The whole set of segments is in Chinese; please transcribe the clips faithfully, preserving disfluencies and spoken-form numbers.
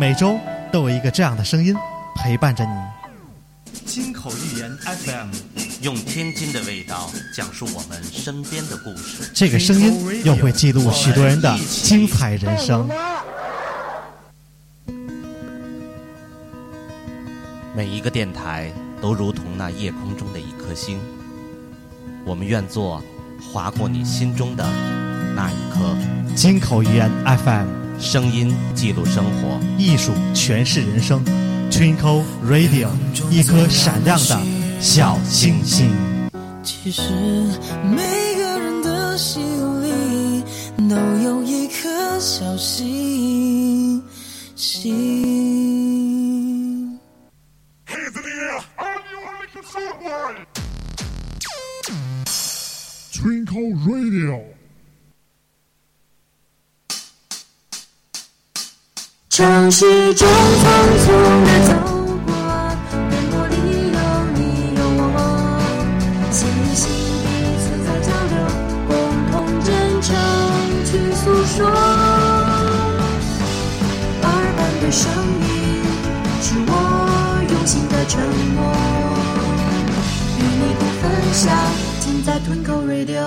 每周都有一个这样的声音陪伴着你。 金口玉言 F M， 用天津的味道讲述我们身边的故事。 这个声音又会记录许多人的精彩人生。 每一个电台都如同那夜空中的一颗星，我们愿做划过你心中的那一颗。 金口玉言 F M， 声音记录生活， 艺术诠释人生。Twinkle Radio， 一颗闪亮的小星星。 其实每个人的心里都有一颗小星星。 Twinkle Radio， 城市中匆匆地走过，人波里有你有我，心与心彼此在交流，共同真诚去诉说。耳畔的声音是我用心的承诺，与你不分享，尽在Twinkle Radio。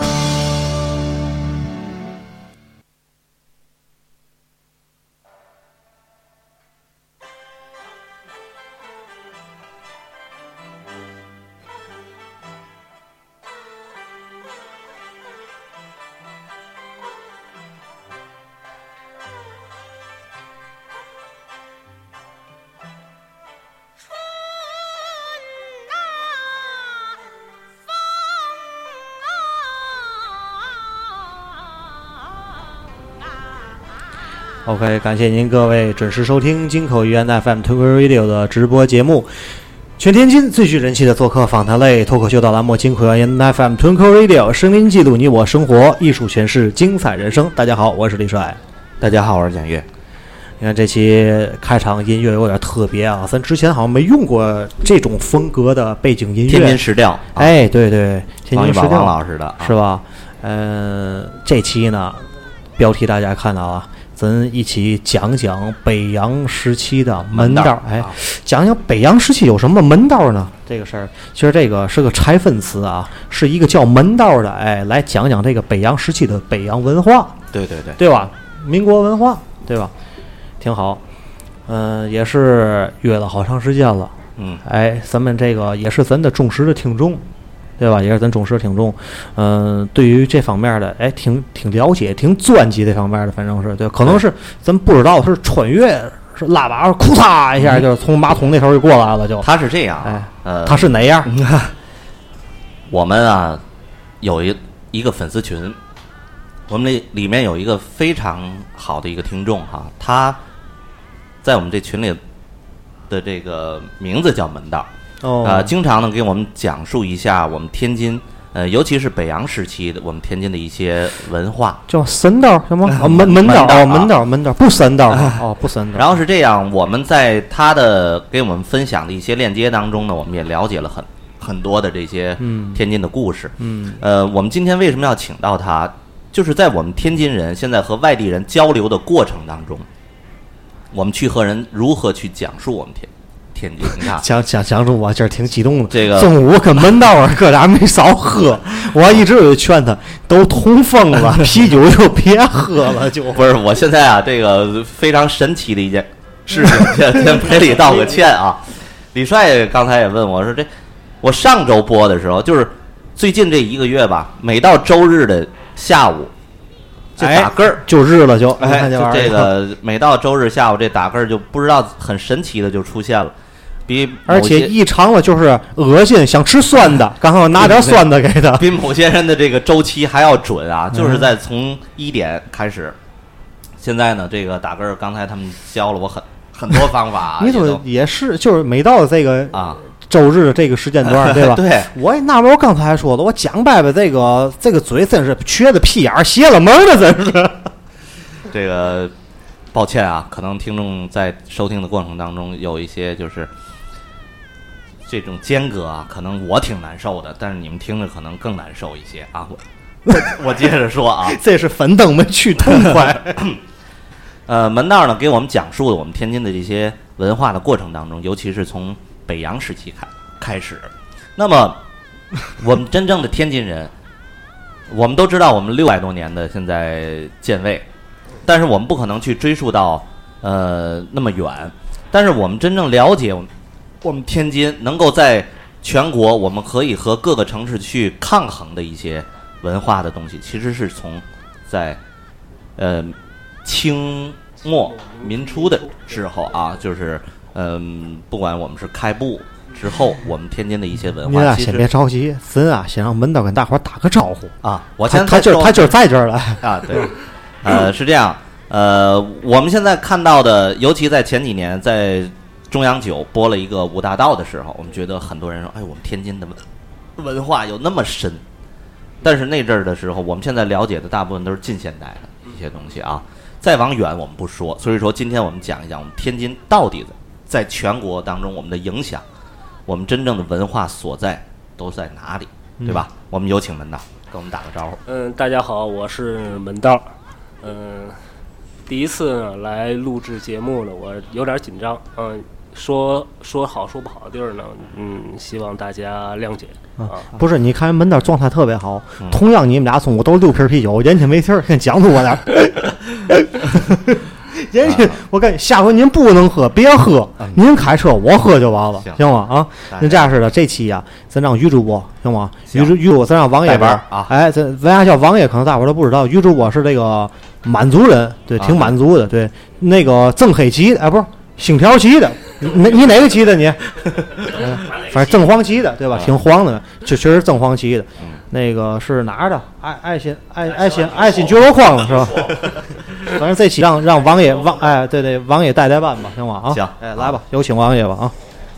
OK， 感谢您各位准时收听金口玉言 F M Twinkle Radio 的直播节目。全天津最具人气的做客访谈类脱口秀导栏目金口玉言 F M Twinkle Radio， 声音记录你我生活，艺术诠释精彩人生。大家好，我是李帅。 大家好，我是蒋越。 你看这期开场音乐有点特别啊，咱之前好像没用过这种风格的背景音乐。 天津时调， 哎，对对，天津时调， 王老师的、啊、 是吧？嗯、呃，这期呢，标题大家看到啊。咱一起讲讲北洋时期的门道，哎，讲讲北洋时期有什么门道呢？这个事儿，其实这个是个拆分词啊，是一个叫门道的，哎，来讲讲这个北洋时期的北洋文化， 对对对， 对吧？民国文化，对吧？挺好，嗯、呃，也是约了好长时间了， 嗯， 哎，咱们这个也是咱的忠实的听众。对吧？也是咱忠实听众，嗯、呃，对于这方面的，哎，挺挺了解，挺钻研这方面的，反正是对，可能是咱不知道是穿越，是拉把裤嚓一下、嗯、就从马桶那头就过来了，就他是这样， 哎， 呃， 他是哪样？ 我们啊有一一个粉丝群，我们里里面有一个非常好的一个听众哈，他在我们这群里的这个名字叫门道。 哦， 呃，经常呢给我们讲述一下我们天津，呃，尤其是北洋时期的我们天津的一些文化， 叫神道什么？哦，门门道哦，门道门道不神道哦，不神道。 然后是这样，我们在他的给我们分享的一些链接当中呢，我们也了解了很很多的这些天津的故事。 嗯， 呃，我们今天为什么要请到他？就是在我们天津人现在和外地人交流的过程当中，我们去和人如何去讲述我们天。天津，你看， 讲讲讲出我今儿挺激动的。 这个中午跟门道儿哥俩没少喝，我一直有劝他，都痛风了，啤酒就别喝了，就不是。我现在啊，这个非常神奇的一件事情，先先赔礼道个歉啊。李帅刚才也问我说，这我上周播的时候，就是最近这一个月吧，每到周日的下午。就打嗝儿、哎、 就日了就， 哎，就这个每到周日下午这打嗝儿就不知道很神奇的就出现了，比而且异常了就是恶心，想吃酸的，刚好我拿点酸的给他， 比某些人的这个周期还要准啊，就是在从一点开始，嗯、现在呢这个打嗝儿，刚才他们教了我很很多方法、啊， 你说也是，就是每到这个啊。 周日这个时间段，对吧？ 对， 我也纳闷，我刚才还说了，我蒋伯伯这个这个嘴真是缺的屁眼儿，邪了门了，真是。 这个抱歉啊，可能听众在收听的过程当中有一些就是这种间隔啊，可能我挺难受的，但是你们听着可能更难受一些啊。我我接着说啊， 这是粉灯没去痛快。 呃，门道呢给我们讲述了我们天津的这些文化的过程当中，尤其是从北洋时期开开始。那么，我们真正的天津人，我们都知道我们六百多年的现在建位，但是我们不可能去追溯到呃那么远。但是我们真正了解我们我们天津能够在全国，我们可以和各个城市去抗衡的一些文化的东西，其实是从在呃。清末民初的时候啊，就是嗯，不管我们是开埠之后，我们天津的一些文化， 您啊，先别着急，咱啊，先让门道跟大伙儿打个招呼啊。我先他今儿他今儿在这儿了啊，对，呃，是这样，呃，我们现在看到的，尤其在前几年，在中央九播了一个五大道的时候，我们觉得很多人说，哎，我们天津的文文化有那么深，但是那阵儿的时候，我们现在了解的大部分都是近现代的一些东西啊。再往远我们不说，所以说今天我们讲一讲我们天津到底在全国当中我们的影响，我们真正的文化所在都在哪里，对吧？嗯、我们有请门道跟我们打个招呼。 嗯，大家好，我是门道。嗯，第一次呢来录制节目呢，我有点紧张。嗯，说说好说不好的地儿呢，嗯，希望大家谅解。啊， 不是，你看门道状态特别好。嗯、同样，你们俩中午都六瓶啤酒，人家没事儿，先讲究我点儿。人家，我跟下回您不能喝，别喝，嗯、您开车，我喝就完了，行, 行吗？啊，那这样似的，这期呀、啊，咱让于主播行吗？于主于主播，咱让王爷边啊，哎，咱为啥叫王爷？可能大伙儿都不知道，于主播是这个满族人，对，挺满族的，对，那个正黑旗，哎，不是星条旗的。你你哪个旗的你？嗯，反正正黄旗的，对吧？挺黄的，确确实正黄旗的。嗯、那个是哪儿的？爱爱心爱爱心爱心觉罗框的是吧？反正这期让让王爷王哎对对王爷带带班吧，行吗？啊， 行， 哎来吧，有请王爷吧啊！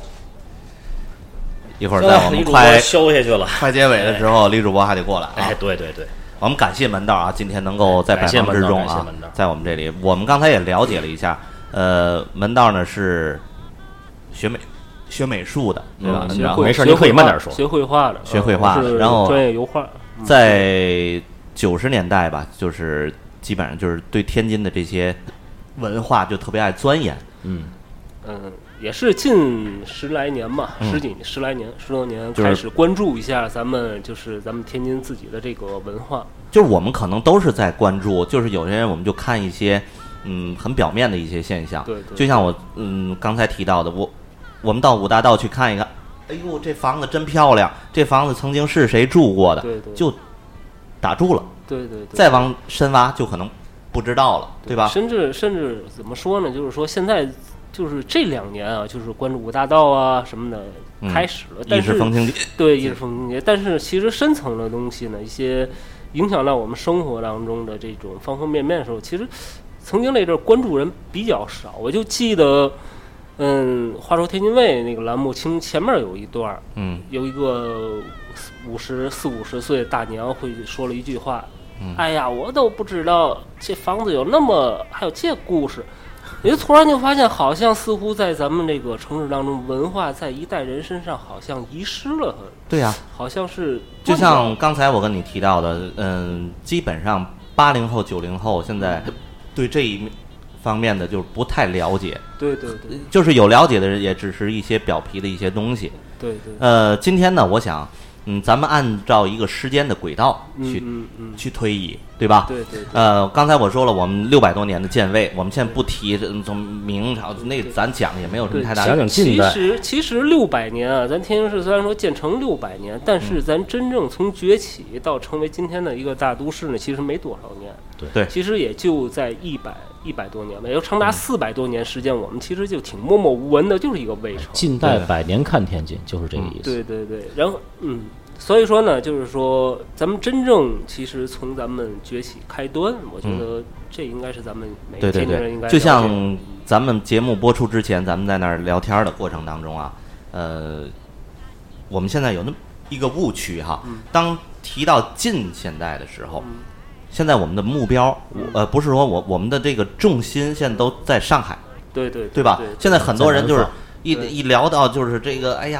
一会儿在我们快消下去了， 快结尾的时候，李主播还得过来、啊。 哎，对对对， 我们感谢门道啊，今天能够在百忙之中啊，在我们这里，我们刚才也了解了一下，呃，门道呢是。学美学美术的，对吧？ 嗯、 没事，你可以慢点说。 学绘画的， 学绘画的，然后专业油画。 在九十年代吧，就是基本上就是对天津的这些文化就特别爱钻研。 嗯嗯，也是近十来年吧，嗯、十几十来年，十多年开始关注一下咱们就是咱们天津自己的这个文化。 就是我们可能都是在关注，就是有些人我们就看一些嗯很表面的一些现象。 对对。 就像我嗯刚才提到的，我。我们到五大道去看一看，哎呦，这房子真漂亮！这房子曾经是谁住过的？ 对对， 就打住了。 对对对， 再往深挖就可能不知道了，对, 对吧？ 甚至甚至怎么说呢？就是说现在就是这两年啊，就是关注五大道啊什么的开始了， 嗯、 但是意式风情节， 对意式风情节，但是其实深层的东西呢，一些影响到我们生活当中的这种方方面面的时候，其实曾经那阵关注人比较少。我就记得。嗯，话说天津卫那个栏目，其前面有一段， 嗯， 有一个五十四五十岁的大娘会说了一句话， 嗯， 哎呀，我都不知道这房子有那么还有这故事，你就突然就发现，好像似乎在咱们这个城市当中，文化在一代人身上好像遗失了。 对呀、啊， 好像是就像刚才我跟你提到的，嗯，基本上八零后、九零后现在对这一面。方面的就是不太了解， 对对对， 就是有了解的人，也只是一些表皮的一些东西。 对对。 呃，今天呢，我想，嗯，咱们按照一个时间的轨道去、 嗯嗯嗯、 去推移，对吧？ 对对对。 呃，刚才我说了，我们六百多年的建位，我们现在不提从明朝那咱讲也没有什么太大的。 讲讲近代。 其实其实六百年啊，咱天津市虽然说建成六百年，但是咱真正从崛起到成为今天的一个大都市呢，其实没多少年。 对对。 其实也就在一百。一百多年吧，也就长达四百多年时间，我们其实就挺默默无闻的，就是一个卫城。 近代百年看天津，就是这个意思。 对对对，然后嗯，所以说呢，就是说咱们真正其实从咱们崛起开端，我觉得这应该是咱们每个天津人应该。 对对对，就像咱们节目播出之前，咱们在那儿聊天的过程当中啊，呃，我们现在有那么一个误区哈， 嗯、 当提到近现代的时候。 嗯现在我们的目标，呃，不是说我我们的这个重心现在都在上海， 对对对吧？ 对对现在很多人就是一一聊到就是这个，哎呀，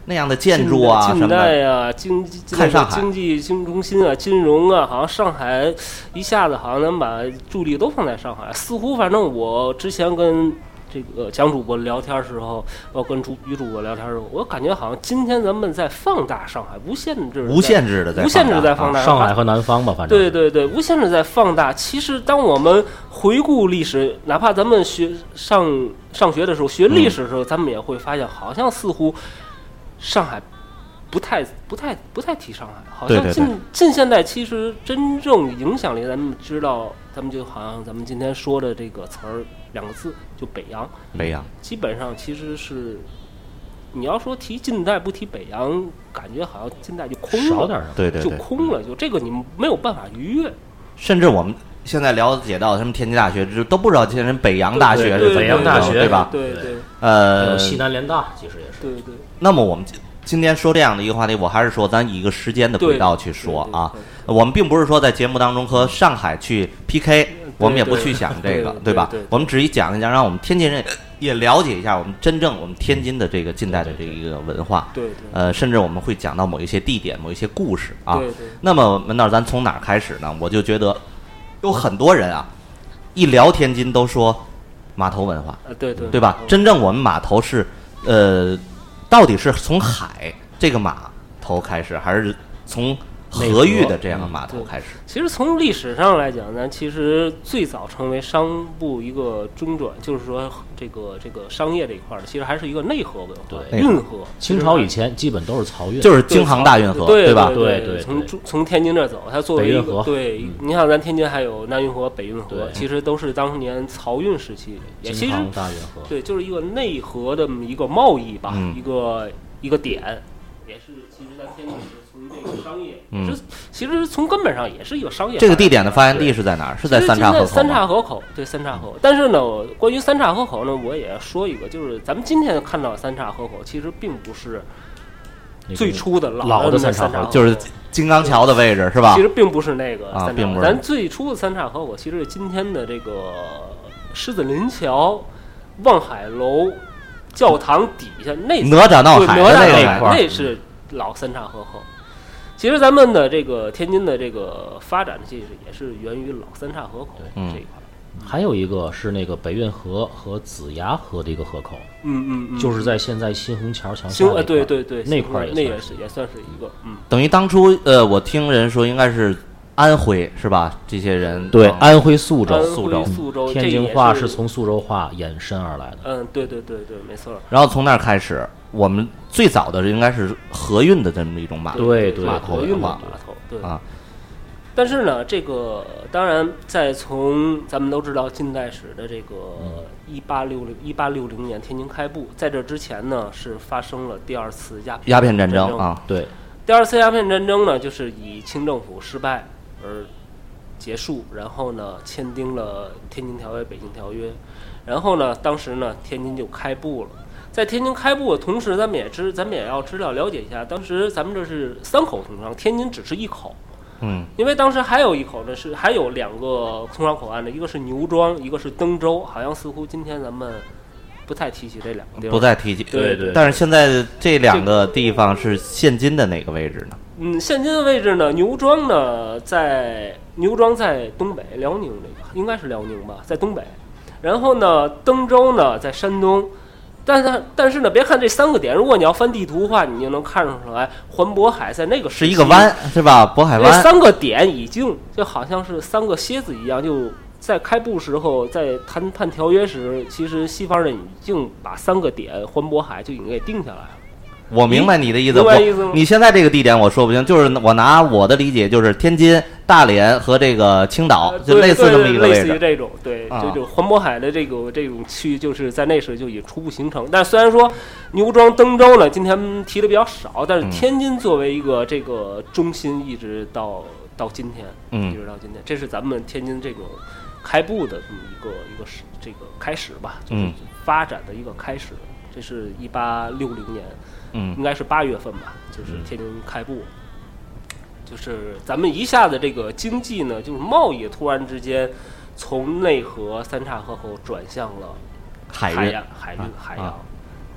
那样的建筑啊什么近代的， 啊，经济看上海经济中心啊，金融啊，好像上海一下子好像能把注意力都放在上海。似乎反正我之前跟这个蒋主播聊天的时候，我跟主于主播聊天的时候，我感觉好像今天咱们在放大上海，无限制无限制的在无限制在放放大上海和南方吧，反正对对对，无限制在放大。其实，当我们回顾历史，哪怕咱们学上上学的时候学历史的时候，嗯、咱们也会发现，好像似乎上海不太、不太、不太提上海。好像近对对对近现代，其实真正影响力，咱们知道，咱们就好像咱们今天说的这个词儿两个字，就北洋。 北洋基本上其实是。你要说提近代不提北洋，感觉好像近代就空了， 少点儿， 对对对， 就空了，就这个你没有办法逾越。 甚至我们现在了解到，什么天津大学，就都不知道现在北洋大学是北洋大学对吧？ 对对。 呃， 西南联大其实也是。 对对。 那么我们今天说这样的一个话题，我还是说咱以一个时间的轨道去说啊。我们并不是说在节目当中和上海去 P K， 我们也不去想这个，对吧？我们只是讲一讲，让我们天津人也了解一下我们真正我们天津的这个近代的这一个文化。 对对。 呃，甚至我们会讲到某一些地点、某一些故事啊。 对对。 那么门道，咱从哪儿开始呢？我就觉得有很多人啊，一聊天津都说码头文化， 啊对对， 对吧？真正我们码头是呃，到底是从海这个码头开始，还是从河域的这样的码头开始？ 嗯、其实从历史上来讲呢，其实最早成为商部一个中转，就是说这个这个商业这一块的，其实还是一个内河文化， 对运河。 清朝以前基本都是曹运， 就是京杭大运河， 对吧？ 对对， 从从天津这走，它作为一个对， 嗯、 你看咱天津还有南运河、北运河，其实都是当年曹运时期，也其实京杭大运河， 对，就是一个内河的一个贸易吧， 嗯、 一个一个点，也是其实咱天津是从这个商业， 嗯， 其实从根本上也是一个商业。 这个地点的发源地是在哪儿？是在三岔河口。 三岔河口，对，三岔河口。但是呢，关于三岔河口呢，我也说一个，就是咱们今天看到三岔河口，其实并不是最初的老的三岔河口， 就是金刚桥的位置，是吧？ 其实并不是那个三岔河口， 咱最初的三岔河口，其实是今天的这个狮子林桥、望海楼、教堂底下那哪吒闹海的那块，那是老三岔河口。其实咱们的这个天津的这个发展，其实也是源于老三岔河口这一块。 嗯、还有一个是那个北运河和子牙河的一个河口， 嗯嗯嗯， 就是在现在新虹桥墙下那块，对对对， 那块那也是也算是一个，嗯， 等于当初呃，我听人说应该是安徽是吧？这些人对安徽宿州， 宿州，宿州， 天津话是从宿州话衍生而来的。 嗯，对对对对，没错。 然后从那儿开始，我们最早的应该是河运的这么一种码头， 对对， 码头河运的码头，对啊。 但是呢，这个当然，在从咱们都知道近代史的这个一八六零一八六零年天津开埠，在这之前呢是发生了第二次鸦鸦片战争啊， 对。 第二次鸦片战争呢，就是以清政府失败而结束，然后呢签订了《天津条约》《北京条约》，然后呢，当时呢天津就开埠了。在天津开埠的同时，咱们也知，咱们也要知道了解一下，当时咱们这是三口通商，天津只是一口。 嗯， 因为当时还有一口呢，是还有两个通商口岸的，一个是牛庄，一个是登州，好像似乎今天咱们不太提起这两个地方， 不再提起。 对对, 对。 但是现在这两个地方是现今的哪个位置呢？ 嗯，现今的位置呢，牛庄呢在牛庄在东北，辽宁这个应该是辽宁吧，在东北。然后呢，登州呢在山东。但是但是呢，别看这三个点，如果你要翻地图的话，你就能看出来，环渤海在那个时期是一个湾，是吧？渤海湾。 那三个点已经就好像是三个蝎子一样，就在开埠时候，在谈判条约时，其实西方人已经把三个点环渤海就已经给定下来了。 我明白你的意思， 明白意思吗？ 你现在这个地点我说不清，就是我拿我的理解，就是天津、大连和这个青岛， 呃、 就类似这么一个位置。 类似于这种，对， 啊、 就就环渤海的这个这种区域，就是在那时就已初步形成。但虽然说牛庄、登州呢，今天提的比较少，但是天津作为一个这个中心，一直到到今天， 嗯， 一直到今天，这是咱们天津这种开埠的这么一个一个这个开始吧，就是发展的一个开始。嗯、这是一八六零年。 嗯， 应该是八月份吧，就是天津开埠，嗯、就是咱们一下子这个经济呢，就是贸易突然之间从内河三岔河口转向了海海洋、海运、海洋。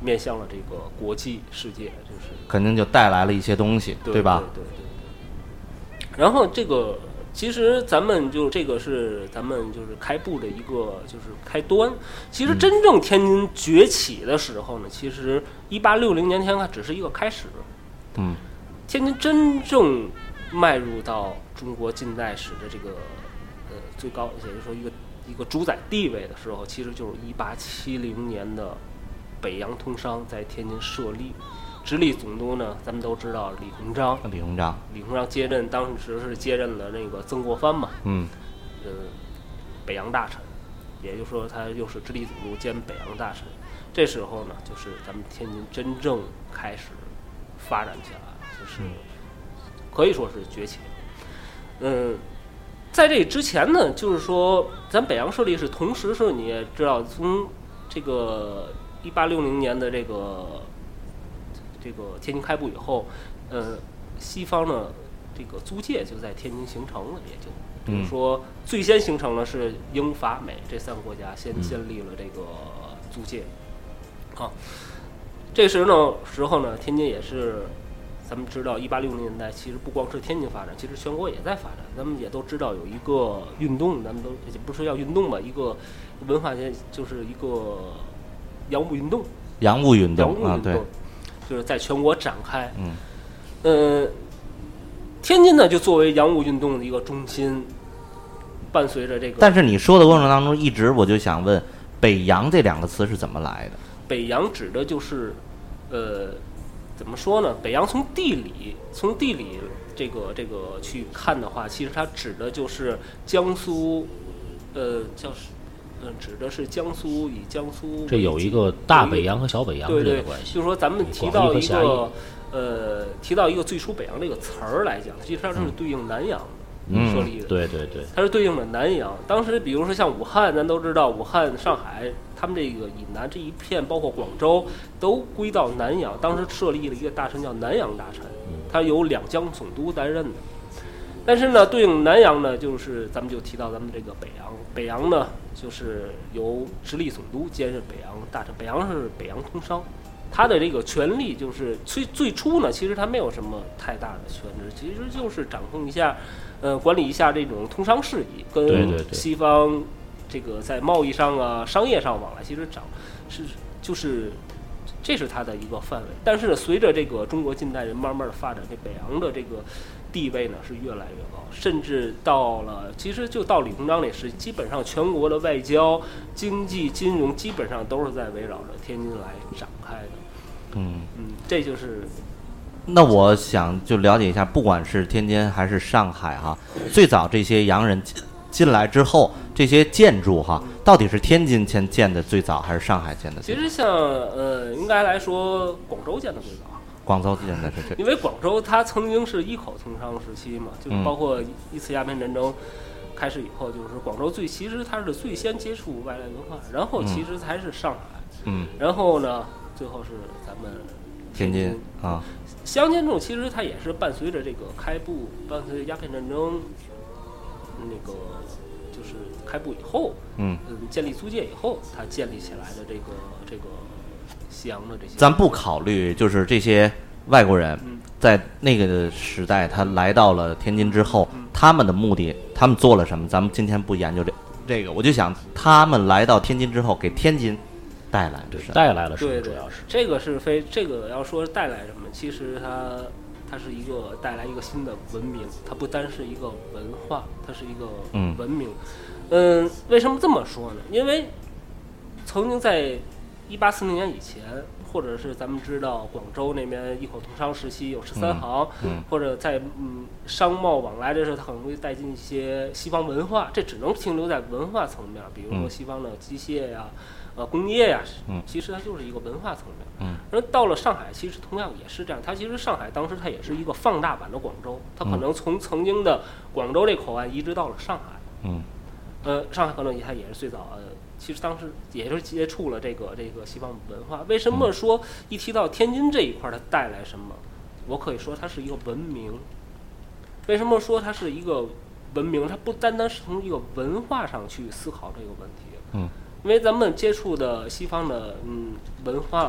面向了这个国际世界，就是肯定就带来了一些东西， 对吧？ 对对对。然后这个其实咱们就这个是咱们就是开埠的一个就是开端。其实真正天津崛起的时候呢，其实一八六零年前它只是一个开始。 嗯， 天津真正迈入到中国近代史的这个呃最高，也就是说一个一个主宰地位的时候，其实就是一八七零年的北洋通商在天津设立。直隶总督呢，咱们都知道李鸿章。 李鸿章， 李鸿章接任，当时是接任了那个曾国藩嘛， 嗯， 呃，北洋大臣，也就是说他又是直隶总督兼北洋大臣。这时候呢，就是咱们天津真正开始发展起来，就是可以说是崛起。嗯，在这之前呢，就是说咱北洋设立是同时是你也知道，从这个一八六零年的这个。这个天津开埠以后，呃，西方呢，这个租界就在天津形成了，也就比如说最先形成了是英法美这三个国家先建立了这个租界。好，这时呢时候呢，天津也是，咱们知道一八六零年代其实不光是天津发展，其实全国也在发展。咱们也都知道有一个运动，咱们都也不是叫运动吧，一个文化界就是一个洋务运动。 洋务运动啊，对。 就是在全国展开， 嗯， 呃，天津呢就作为洋务运动的一个中心，伴随着这个。 但是你说的过程当中，一直我就想问，北洋这两个词是怎么来的？ 北洋指的就是，呃，怎么说呢？北洋从地理从地理这个这个去看的话，其实它指的就是江苏，呃，叫。嗯，指的是江苏以江苏， 这有一个大北洋和小北洋之间的关系。 就是说，咱们提到一个呃，提到一个最初北洋这个词儿来讲，其实它是对应南洋的设立的。 嗯、对对对， 它是对应的南洋。当时，比如说像武汉，咱都知道，武汉、上海，他们这个以南这一片，包括广州，都归到南洋。当时设立了一个大臣叫南洋大臣，他由两江总督担任的。但是呢，对应南洋呢，就是咱们就提到咱们这个北洋。北洋呢，就是由直隶总督兼任北洋大臣。北洋是北洋通商，他的这个权力就是最最初呢，其实他没有什么太大的权制，其实就是掌控一下，呃，管理一下这种通商事宜，跟西方这个在贸易上啊、商业上往来，其实掌是就是。这是它的一个范围，但是呢，随着这个中国近代人慢慢的发展，这北洋的这个地位呢是越来越高，甚至到了，其实就到李鸿章那时，基本上全国的外交、经济、金融基本上都是在围绕着天津来展开的。 嗯嗯，这就是。 那我想就了解一下，不管是天津还是上海哈，最早这些洋人进来之后，这些建筑哈，到底是天津先建的最早，还是上海建的最早？ 其实像呃，应该来说，广州建的最早。 广州建的是。 因为广州它曾经是一口通商时期嘛，就是包括一次鸦片战争开始以后，就是广州最其实它是最先接触外来文化，然后其实才是上海， 嗯， 然后呢，最后是咱们天津啊。 相建筑其实它也是伴随着这个开埠，伴随着鸦片战争那个。就是开埠以后， 嗯， 建立租界以后，它建立起来的这个这个西洋的这些。 咱不考虑，就是这些外国人在那个时代，他来到了天津之后， 嗯、 他们的目的，他们做了什么？咱们今天不研究这这个，我就想，他们来到天津之后，给天津带来的什么？ 带来了什么？ 对对， 主要是这个是非这个要说带来什么，其实它。它是一个带来一个新的文明，它不单是一个文化，它是一个文明。嗯，嗯为什么这么说呢？因为曾经在一八四零年以前，或者是咱们知道广州那边一口通商时期有十三行， 嗯嗯、 或者在嗯商贸往来的时候，它可能会带进一些西方文化，这只能停留在文化层面，比如说西方的机械呀、呃工业呀， 嗯， 其实它就是一个文化层面。 嗯， 而到了上海，其实同样也是这样。它其实上海当时它也是一个放大版的广州，它可能从曾经的广州这口岸移植到了上海。 嗯， 呃，上海可能它也是最早，呃，其实当时也是接触了这个这个西方文化。为什么说一提到天津这一块，它带来什么？我可以说它是一个文明。为什么说它是一个文明？它不单单是从一个文化上去思考这个问题。 嗯。 因为咱们接触的西方的嗯文化，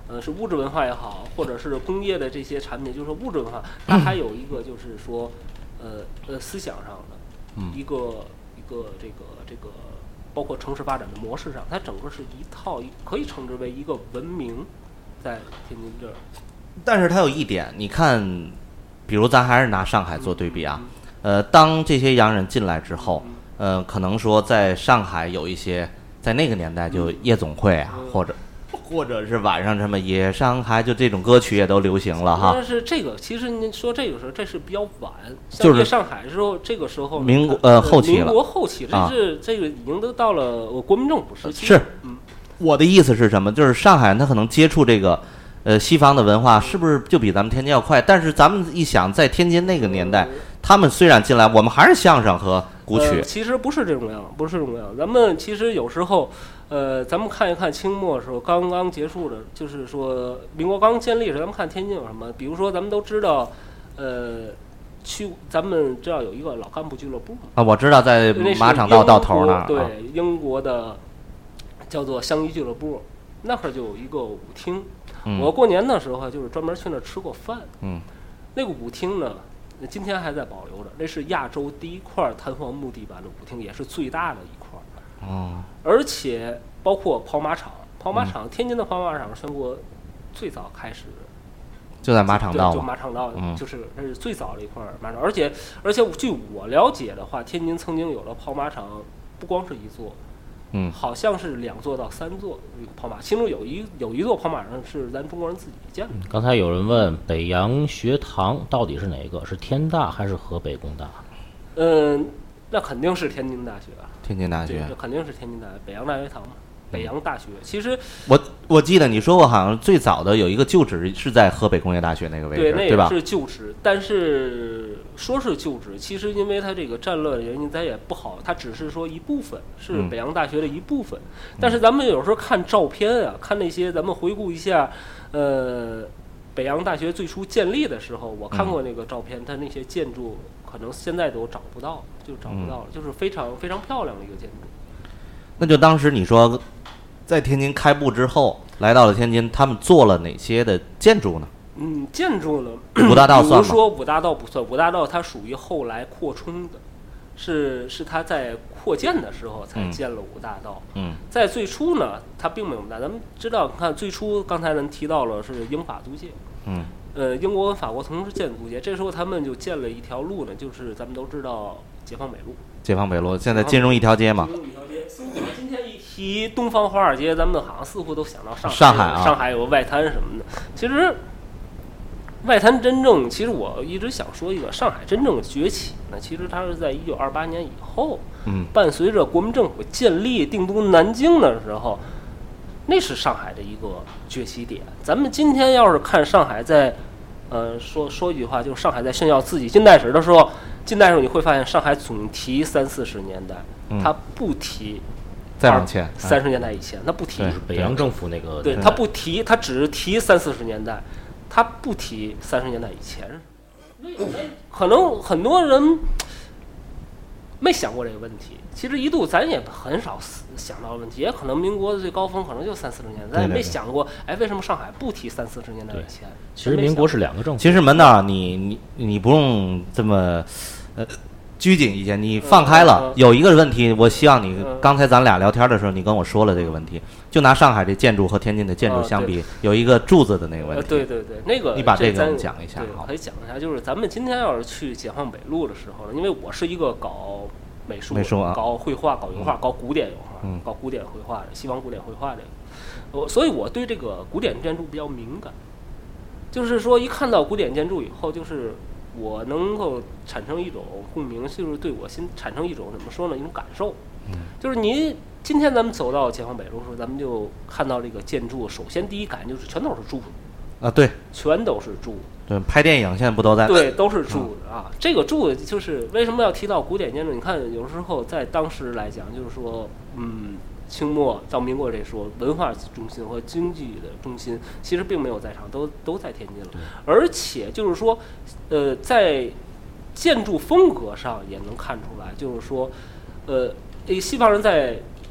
呃，是物质文化也好，或者是工业的这些产品，就是说物质文化，它还有一个就是说，呃呃，思想上的一个、嗯、一个这个这个，包括城市发展的模式上，它整个是一套，可以称之为一个文明，在天津这儿。 但是它有一点，你看，比如咱还是拿上海做对比啊，嗯、呃，当这些洋人进来之后，呃，可能说在上海有一些，在那个年代就夜总会啊，嗯、或者。或者是晚上什么夜上海，就这种歌曲也都流行了哈。 但是这个其实您说这个时候，这是比较晚，像夜上海的时候，这个时候民国呃后期了， 民国后期，这是、啊、这个已经都到了国民政府时期。 是， 嗯， 我的意思是什么？就是上海人他可能接触这个呃西方的文化，是不是就比咱们天津要快？但是咱们一想，在天津那个年代，嗯、他们虽然进来，我们还是相声和古曲。 呃、其实不是这种样，不是这种样。咱们其实有时候。呃，咱们看一看清末的时候刚刚结束的，就是说民国刚建立时，咱们看天津有什么？比如说咱们都知道，呃，去咱们知道有一个老干部俱乐部啊，我知道在马场道到头那儿， 对，啊、英国的叫做相宜俱乐部，那会儿就有一个舞厅。嗯、我过年的时候就是专门去那儿吃过饭。嗯，那个舞厅呢，今天还在保留着，那是亚洲第一块弹簧木地板的舞厅，也是最大的一块。 哦， 而且包括跑马场，跑马场，嗯、天津的跑马场全国最早开始就在马场道， 就马场道，嗯、就是那是最早的一块马场。而且而且据我了解的话，天津曾经有了跑马场，不光是一座， 嗯， 好像是两座到三座跑马，其中有一有一座跑马场是咱中国人自己建的。 刚才有人问北洋学堂到底是哪个？是天大还是河北工大？ 嗯，那肯定是天津大学啊。 天津大学， 这肯定是天津大学，北洋大学堂嘛，北洋大学。其实我我记得你说过，好像最早的有一个旧址是在河北工业大学那个位置， 对，那吧？ 是旧址，但是说是旧址，其实因为它这个战乱的原因，它也不好，它只是说一部分是北洋大学的一部分。嗯、但是咱们有时候看照片啊，看那些咱们回顾一下，呃，北洋大学最初建立的时候，我看过那个照片，它那些建筑可能现在都找不到。就找不到了，嗯、就是非常非常漂亮的一个建筑。 那就当时你说，在天津开埠之后，来到了天津，他们做了哪些的建筑呢？ 嗯，建筑呢， 五大道算吗？ 比如说五大道不算，五大道它属于后来扩充的，是是它在扩建的时候才建了五大道。 嗯， 在最初呢，它并没有大。咱们知道，你看最初刚才咱提到了是英法租界。 嗯。 呃，英国跟法国同时建租界，这时候他们就建了一条路呢，就是咱们都知道解放北路。 解放北路现在金融一条街嘛。 金融一条街，似乎今天一提东方华尔街，咱们好像似乎都想到上海。 上海啊， 上海有个外滩什么的。其实，外滩真正，其实我一直想说一个，上海真正崛起呢，其实它是在一九二八年以后， 嗯， 伴随着国民政府建立定都南京的时候。那是上海的一个崛起点。咱们今天要是看上海在，呃，说说一句话，就是上海在炫耀自己近代史的时候，近代史你会发现上海总提三四十年代， 嗯、 他不提再往前三十年代以前，他不提北洋政府那个， 对他不提，他只提三四十年代，他不提三十年代以前。可能很多人没想过这个问题。其实一度咱也很少想到问题，也可能民国的最高峰可能就三四十年，咱也没想过，哎，为什么上海不提三四十年代以前？ 其实民国是两个政府。 其实门道，你你你不用这么呃拘谨一些，你放开了。 嗯嗯、 有一个问题，我希望你、嗯、刚才咱俩聊天的时候，你跟我说了这个问题，就拿上海这建筑和天津的建筑相比， 嗯、 有一个柱子的那个问题。 呃、对对对，那个你把这个讲一下， 好，可以讲一下。就是咱们今天要是去解放北路的时候呢，因为我是一个搞。美术， 美术啊， 搞绘画，搞油画， 嗯、 搞古典油画， 嗯、 搞古典绘画的，西方古典绘画的，我所以我对这个古典建筑比较敏感，就是说一看到古典建筑以后，就是我能够产生一种共鸣，就是对我心产生一种怎么说呢，一种感受， 嗯、 就是你今天咱们走到解放北路的时候，咱们就看到这个建筑，首先第一感就是全都是柱子。 啊，对， 全都是柱。 对，拍电影现在不都在？ 对，都是柱子啊。嗯、这个柱子就是为什么要提到古典建筑？你看，有时候在当时来讲，就是说，嗯，清末到民国这时候，文化中心和经济的中心其实并没有在场，都都在天津了。而且就是说，呃，在建筑风格上也能看出来，就是说，呃，西方人在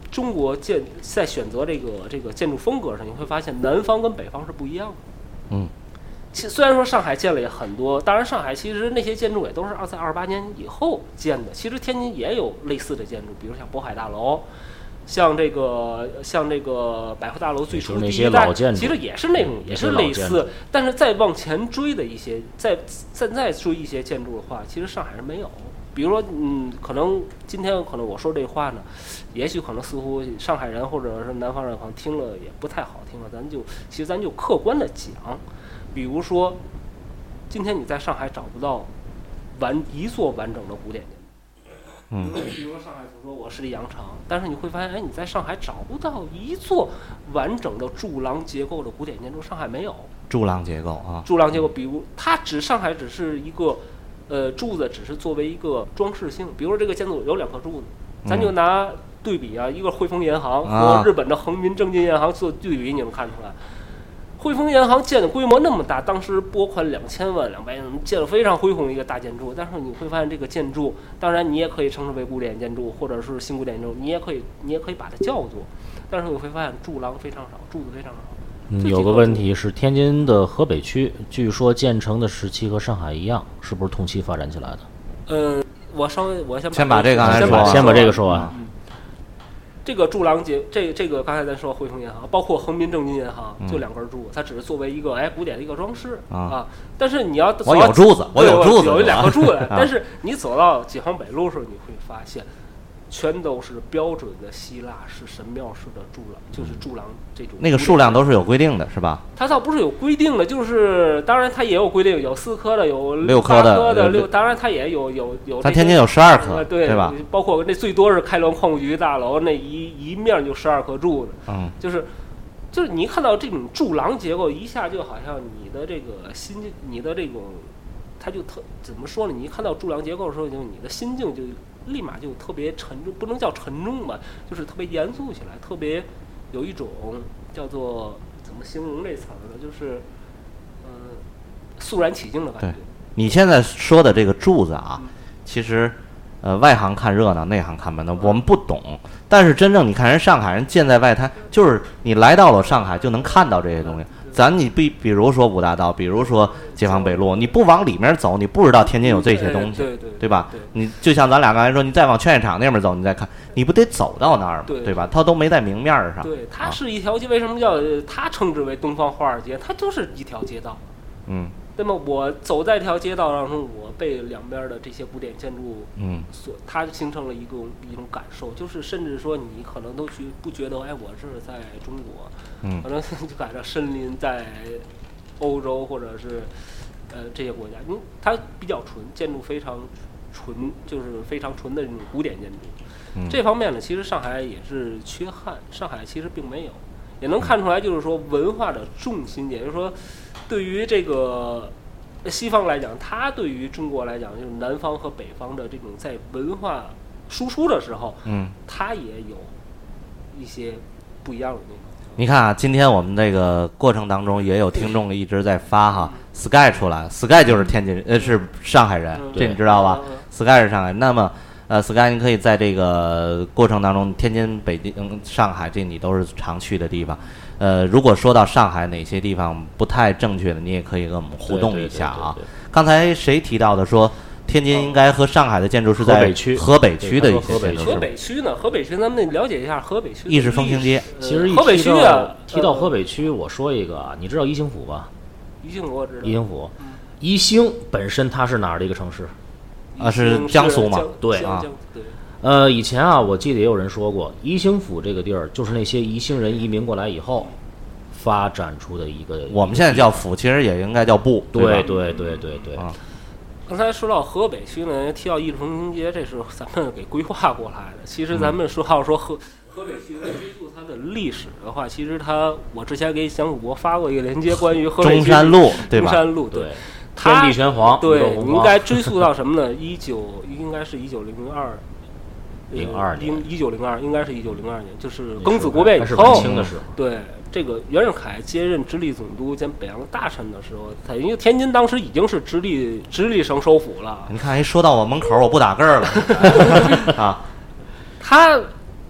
中国建在选择这个这个建筑风格上，你会发现南方跟北方是不一样的。 嗯， 其虽然说上海建了也很多，当然上海其实那些建筑也都是二在二八年以后建的。其实天津也有类似的建筑，比如像渤海大楼，像这个像这个百货大楼最初第一代，其实也是那种也是类似。但是再往前追的一些，再再再追一些建筑的话，其实上海是没有。比如说，嗯，可能今天可能我说这话呢，也许可能似乎上海人或者是南方人可能听了也不太好听了，咱就其实咱就客观的讲，比如说，今天你在上海找不到完一座完整的古典建筑，嗯，比如说上海总说我是一羊城，但是你会发现，哎，你在上海找不到一座完整的柱廊结构的古典建筑，上海没有柱廊结构啊， 柱廊结构，比如它只上海只是一个。呃，柱子只是作为一个装饰性，比如说这个建筑有两颗柱子，咱就拿对比啊，一个汇丰银行和日本的恒民正金银行做对比，你能看出来，汇丰银行建的规模那么大，当时拨款两千万、两百万，建了非常恢宏的一个大建筑，但是你会发现这个建筑，当然你也可以称之为古典建筑，或者是新古典建筑，你也可以，你也可以把它叫做，但是你会发现柱廊非常少，柱子非常少。 嗯，有个问题是，天津的河北区，据说建成的时期和上海一样，是不是同期发展起来的？ 嗯，我稍微我先先把这个先把先把这个说完。 嗯，这个柱廊结这这个刚才咱说汇丰银行，包括恒民正金银行，就两根柱，它只是作为一个哎古典的一个装饰啊。但是你要我有柱子，我有柱子， 有两个柱子，但是你走到解放北路的时候，你会发现。全都是标准的希腊式神庙式的柱廊，就是柱廊这种。 那个数量都是有规定的，是吧？ 它倒不是有规定的，就是当然它也有规定，有四颗的，有六颗的，的六。当然它也有有有。 它天津有十二颗， 对对吧？ 包括那最多是开滦矿务局大楼那一一面就十二颗柱子，嗯，就是就是你一看到这种柱廊结构，一下就好像你的这个心，你的这种，它就特怎么说呢？你一看到柱廊结构的时候，就你的心境就。立马就特别沉重，不能叫沉重吧，就是特别严肃起来，特别有一种叫做怎么形容这词儿呢？就是呃肃然起敬的感觉。 对，你现在说的这个柱子啊，嗯、其实呃外行看热闹，内行看门道，我们不懂。但是真正你看人上海人建在外滩，就是你来到了上海就能看到这些东西。咱你比比如说五大道，比如说解放北路，你不往里面走，你不知道天津有这些东西， 对对对， 对吧？你就像咱俩刚才说，你再往劝业场那边走，你再看，你不得走到那儿吗？ 对, 对吧？它都没在明面上。 对，它是一条街，为什么叫它称之为东方华尔街？它就是一条街道。 嗯。 那么我走在这条街道当中，我被两边的这些古典建筑，嗯，所它形成了一种一种感受，就是甚至说你可能都觉不觉得，哎，我是在中国，嗯，可能就感觉身临在欧洲或者是呃这些国家，因为它比较纯，建筑非常纯，就是非常纯的这种古典建筑。嗯、这方面呢，其实上海也是缺憾，上海其实并没有，也能看出来，就是说文化的重心，也就是说。对于这个西方来讲，它对于中国来讲，就是南方和北方的这种在文化输出的时候，嗯，它也有一些不一样的地方。 你看啊，今天我们这个过程当中也有听众一直在发哈 ，Sky 出来 ，Sky 就是天津呃是上海人，这你知道吧 ？Sky 是上海，那么呃 Sky 你可以在这个过程当中，天津、北京、嗯、上海这你都是常去的地方。呃，如果说到上海哪些地方不太正确的，你也可以跟我们互动一下啊。刚才谁提到的说天津应该和上海的建筑是在河北区的一些建筑？ 河北区呢？河北区咱们了解一下河北区。 意式风情街。 其实河北区啊， 提到河北区，我说一个啊，你知道宜兴府吧？ 宜兴我知道。 宜兴府，宜兴本身它是哪儿的一个城市？ 啊，是江苏嘛？ 对啊。呃，以前啊，我记得也有人说过，宜兴府这个地儿就是那些宜兴人移民过来以后发展出的一个。 我们现在叫府，其实也应该叫部。 对对对对对。 啊， 刚才说到河北区呢，提到艺术风情街，这是咱们给规划过来的。其实咱们说到说河、嗯、河北区追溯它的历史的话，其实它我之前给蒋主播发过一个链接，关于河北区中山路，对吧？ 中山路， 对。天地玄黄， 对，你应该追溯到什么呢？一九应该是一九零二。 零二年， 一九零二应该是一九零二年，就是庚子国变以后，对这个袁世凯接任直隶总督兼北洋大臣的时候，他因为天津当时已经是直隶直隶省首府了。 你看，一说到我门口，我不打个儿了啊。 他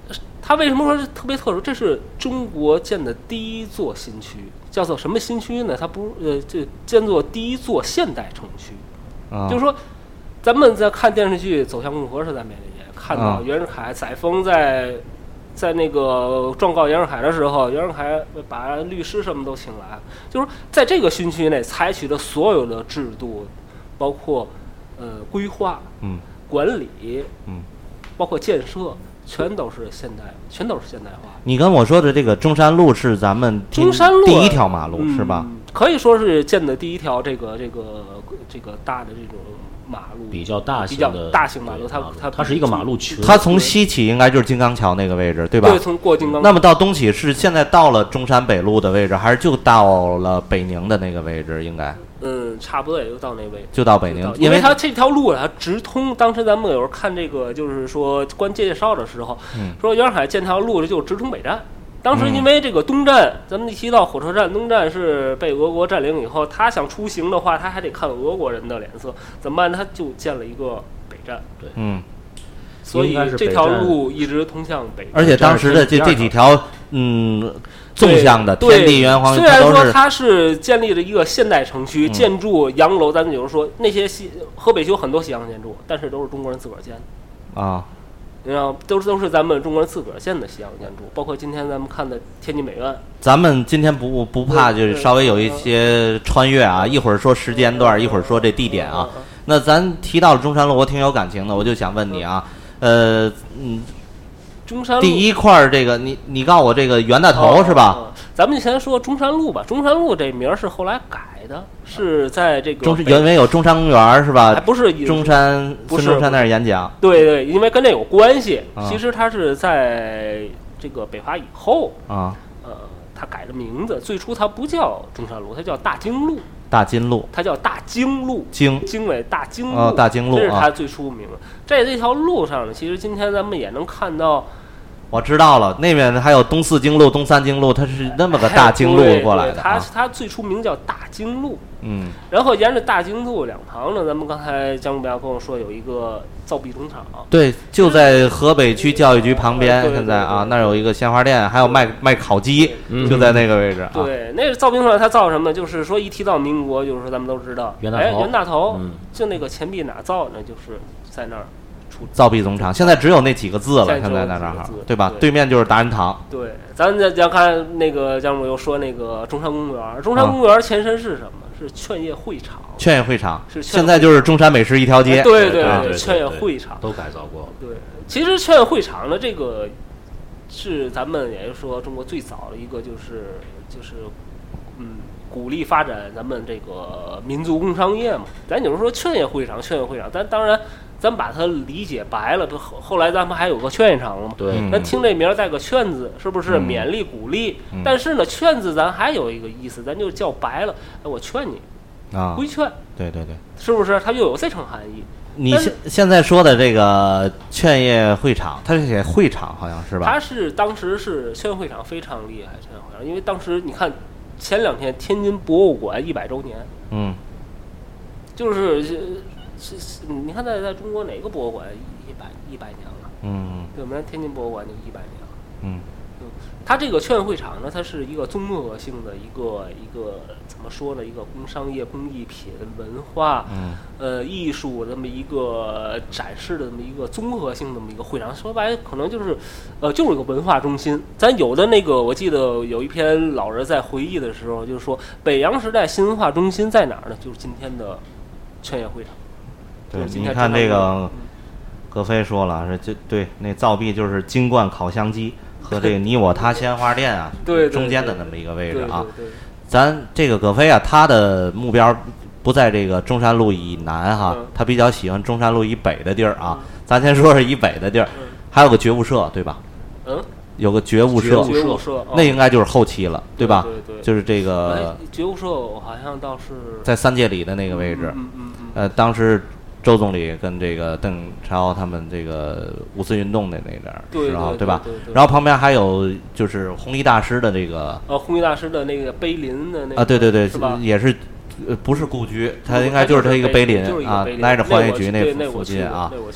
它为什么说是特别特殊？这是中国建的第一座新区，叫做什么新区呢？它不呃，这建作第一座现代城区， 啊、 就是说，咱们在看电视剧《走向共和》时，在美利坚看到啊袁世凯载沣在在那个状告袁世凯的时候，袁世凯把律师什么都请来，就是在这个新区内采取的所有的制度，包括呃规划、 嗯管理， 嗯， 包括建设。全都是现代，全都是现代化。 你跟我说的这个中山路是咱们中山路第一条马路、 嗯、 是吧？ 可以说是建的第一条这个这个这个大的这种马路， 比较大型的的大型马路，它它它是一个马路群。 它从西起应该就是金刚桥那个位置，对吧？ 对，从过金刚。 那么到东起是现在到了中山北路的位置，还是就到了北宁的那个位置？应该。 嗯，差不多也就到那位置， 就到北宁， 因因为它这条路它直通。当时咱们有时候看这个，就是说关介绍的时候， 嗯、 说袁世凯建条路就直通北站。当时因为这个东站，嗯、咱们一提到火车站，东站是被俄国占领以后，他想出行的话，他还得看俄国人的脸色，怎么办？他就建了一个北站。 对， 嗯， 所以这条路一直通向北站。 而且当时的这这几条，嗯。纵向的天地圆环， 虽然说它是建立了一个现代城区，嗯、建筑洋楼，咱比如说那些西河北区有很多西洋建筑，但是都是中国人自个儿建的啊， 你知道都是都是咱们中国人自个儿建的西洋建筑，包括今天咱们看的天津美院。 咱们今天不不怕，就是稍微有一些穿越啊，一会儿说时间段，一会儿说这地点啊。那咱提到了中山路，我挺有感情的，我就想问你啊，呃，嗯。 中山路第一块这个，你你告诉我这个袁大头、 哦、 是吧、 哦？咱们先说中山路吧。中山路这名是后来改的，是在这个中原为有中山公园是吧？ 还不是中山， 不是孙中山那儿演讲。 对对，因为跟这有关系。 啊、 其实它是在这个北伐以后啊， 呃，它改了名字。最初它不叫中山路，它叫大经路。 大金路， 它叫大经路， 经经纬大经路， 哦，大经路， 这是它最初名。在这条路上呢，其实今天咱们也能看到。 我知道了，那边还有东四经路、东三经路，它是那么个大经路过来的、啊。 它它最初名叫大经路， 嗯， 然后沿着大经路两旁呢，咱们刚才江主编跟我说有一个造币农场， 对，就在河北区教育局旁边。 对对对对现在啊，那儿有一个鲜花店，还有卖卖烤鸡， 嗯、 就在那个位置、啊。 对，那个造币农场它造什么？就是说一提到民国，就是说咱们都知道袁大头， 哎，袁大头， 嗯、 就那个钱币哪造呢？就是在那儿。 造币农场现在只有那几个字了，现在在那儿，对吧？对面就是达人堂。 对，咱再讲看那个江主又说那个中山公园，中山公园前身是什么？是劝业会场。 劝业会场是现在就是中山美食一条街。 对对对，劝业会场都改造过。 对，其实劝业会场呢，这个是咱们也就是说中国最早的一个，就是就是嗯。鼓励发展咱们这个民族工商业嘛，咱就是说劝业会场，劝业会场，咱当然咱把它理解白了，后后来咱们还有个劝业场了嘛， 对， 咱听这名带个劝字，是不是嗯、 勉励鼓励、 嗯？ 但是呢，劝字咱还有一个意思，咱就叫白了，哎，我劝你啊， 规劝， 对对对， 是不是？它又有这层含义。 你现现在说的这个劝业会场，它是写会场，好像是吧？ 它是当时是劝业会场非常厉害，劝业会场，因为当时你看。前两天天津博物馆一百周年， 嗯， 就是是是，你看在在中国哪个博物馆一百一百年了？ 嗯， 对，我们天津博物馆就一百年了。 嗯， 嗯，它这个劝业会场呢，它是一个综合性的一个一个怎么说呢？一个工商业、工艺品、文化， 嗯， 呃，艺术这么一个展示的这么一个综合性的这么一个会场。说白了，可能就是，呃，就是一个文化中心。咱有的那个，我记得有一篇老人在回忆的时候，就是说北洋时代新文化中心在哪儿呢？就是今天的劝业会场。 对，你看这个，葛飞说了，是就对，那造币就是金冠烤香鸡和这个你我他鲜花店啊， 对， 中间的那么一个位置啊。 对对对对咱这个葛飞啊，他的目标不在这个中山路以南哈， 嗯、 他比较喜欢中山路以北的地儿啊。嗯、咱先说是以北的地儿， 嗯、 还有个觉悟社，对吧？ 嗯。 有个觉悟社， 觉悟社， 那应该就是后期了， 对吧？ 对对对， 就是这个觉悟社，我好像倒是在三界里的那个位置。 嗯嗯嗯。 呃，当时周总理跟这个邓超他们这个五四运动的那点儿时候， 对吧？ 对对对。 然后旁边还有就是弘一大师的这个呃，弘一大师的那个碑林的那个啊，对对对， 是吧？ 也是。呃，不是故居，它应该就是它一个碑林啊，挨着环卫局那附近啊。 那我去过。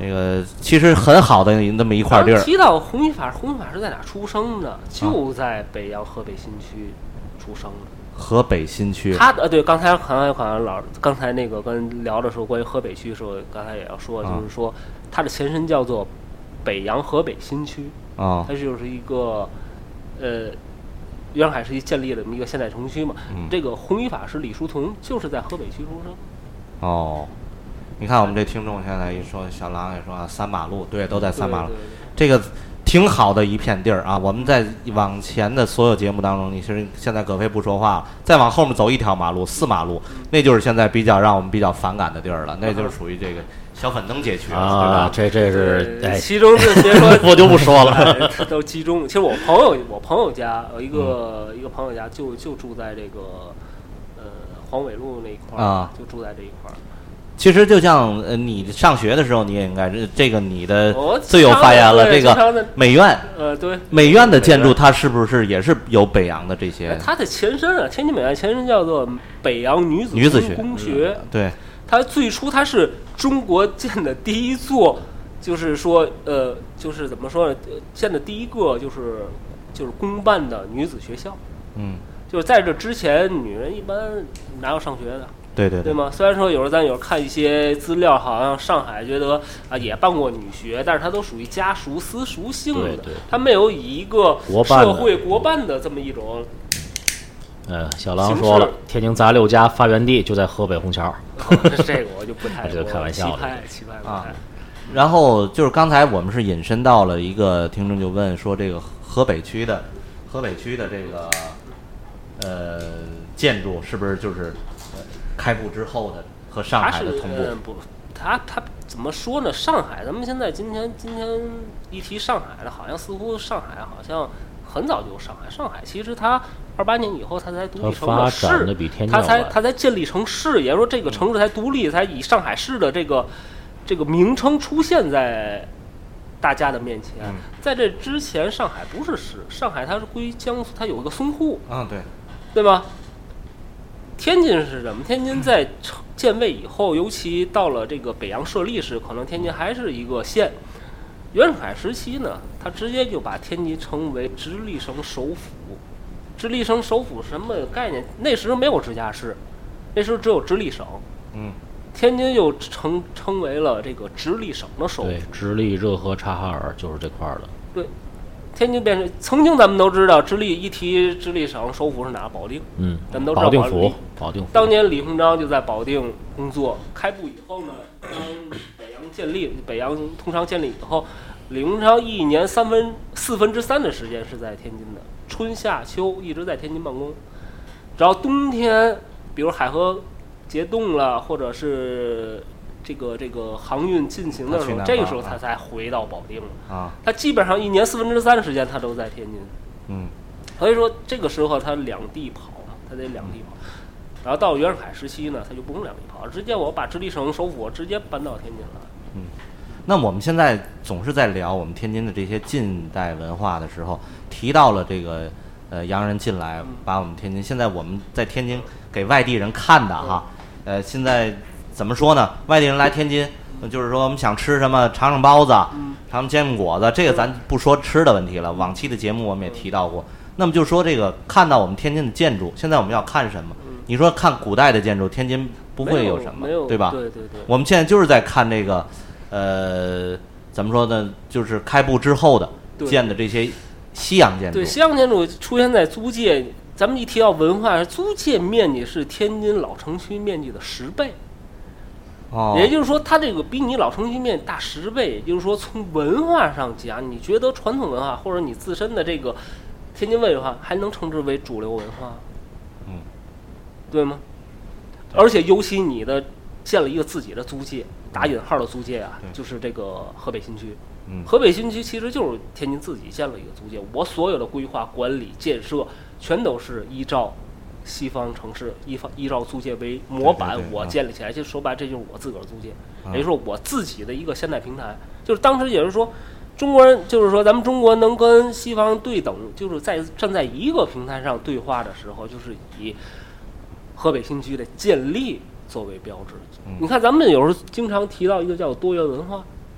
这个其实很好的那么一块地儿。 提到弘一法，弘一法是在哪出生的？就在北阳河北新区出生的。 河北新区， 他呃对，刚才好像好像老刚才那个跟聊的时候，关于河北区的时候，刚才也要说，就是说它的前身叫做北阳河北新区啊， 它就是一个呃。渊海时期建立了这么一个现代城区嘛， 嗯、 这个弘一法师李叔同就是在河北区出生。 哦，你看我们这听众现在一说，小狼也说啊，三马路，对，都在三马路， 对对对这个挺好的一片地儿啊。我们在往前的所有节目当中，你其实现在葛飞不说话了，再往后面走一条马路，四马路，那就是现在比较让我们比较反感的地儿了，那就是属于这个小粉灯街区了， 啊， 对吧？ 这这是哎， 其中这些说我就不说了， 哎、都集中。其实我朋友，我朋友家有一个、嗯、一个朋友家就就住在这个呃黄纬路那一块儿啊， 就住在这一块儿。 其实就像呃，你上学的时候，你也应该是这个你的哦最有发言了。这个美院， 呃，对， 美院的建筑，它是不是也是有北阳的这些？ 它的前身啊，天津美院前身叫做北阳女子女子学工学、 嗯。对， 它最初它是中国建的第一座，就是说呃，就是怎么说呢？建的第一个就是就是公办的女子学校。 嗯， 就是在这之前，女人一般哪有上学的？ 对对对, 对吗？虽然说有时候咱有时候看一些资料，好像上海觉得啊也办过女学，但是它都属于家属私塾性的， 对对它没有以一个社会国办的这么一种。 呃，小狼说了，天津杂六家发源地就在河北虹桥。 哦、这个我就不太这个开玩笑气派气派啊。然后就是刚才我们是引申到了一个听众就问说，这个河北区的河北区的这个呃建筑是不是就是？开埠之后的和上海的同步， 呃、不，他他怎么说呢？上海，咱们现在今天今天一提上海的，好像似乎上海好像很早就上海。上海其实它二八年以后，它才独立成了市，它才它才建立成市，也就是说这个城市才独立，才以上海市的这个这个名称出现在大家的面前。 嗯、 在这之前，上海不是市，上海它是归江苏，它有一个淞沪， 啊，对， 对吧？天津是什么？天津在建魏以后，尤其到了这个北洋设立时，可能天津还是一个县。袁世凯时期呢，他直接就把天津称为直隶省首府。直隶省首府是什么概念？那时候没有直辖市，那时候只有直隶省。 嗯， 天津又称称为了这个直隶省的首府。 对，直隶、热河、察哈尔就是这块的。 对。天津变成曾经咱们都知道，直隶一提直隶省首府是哪？保定。 嗯， 咱们都知道保定府。保定府。 当年李鸿章就在保定工作。开埠以后呢，当北洋建立，北洋通商建立以后，李鸿章一年三分四分之三的时间是在天津的，春夏秋一直在天津办公。只要冬天，比如海河结冻了，或者是。这个这个航运进行的时候，这个时候他才回到保定了。 啊， 他基本上一年四分之三的时间他都在天津。 嗯， 所以说这个时候他两地跑，他得两地跑。然后到袁世凯时期呢，他就不用两地跑，直接我把直隶省首府直接搬到天津了。 嗯，那我们现在总是在聊我们天津的这些近代文化的时候，提到了这个呃洋人进来，把我们天津，现在我们在天津给外地人看的哈，呃，现在。怎么说呢？外地人来天津，就是说我们想吃什么，尝尝包子， 嗯、 尝尝煎饼果子，这个咱不说吃的问题了。往期的节目我们也提到过。那么就说这个，看到我们天津的建筑，现在我们要看什么？ 嗯、 你说看古代的建筑，天津不会有什么，对吧？ 对对对。 我们现在就是在看这个，呃，怎么说呢？就是开埠之后的建的这些西洋建筑。 对，西洋建筑出现在租界，咱们一提到文化，租界面积是天津老城区面积的十倍。 哦， 也就是说，它这个比你老城区面大十倍。也就是说，从文化上讲，你觉得传统文化或者你自身的这个天津文化还能称之为主流文化？ 嗯， 对吗？而且尤其你的建了一个自己的租界，打引号的租界啊，就是这个河北新区。 嗯， 河北新区其实就是天津自己建了一个租界，我所有的规划、管理、建设全都是依照。西方城市依方依照租界为模板， 对对对我建立起来，就说白，这就是我自个儿租界，也就是说我自己的一个现代平台。就是当时也是说，中国人就是说咱们中国能跟西方对等，就是在站在一个平台上对话的时候，就是以河北新区的建立作为标志。 嗯、 你看，咱们有时候经常提到一个叫多元文化，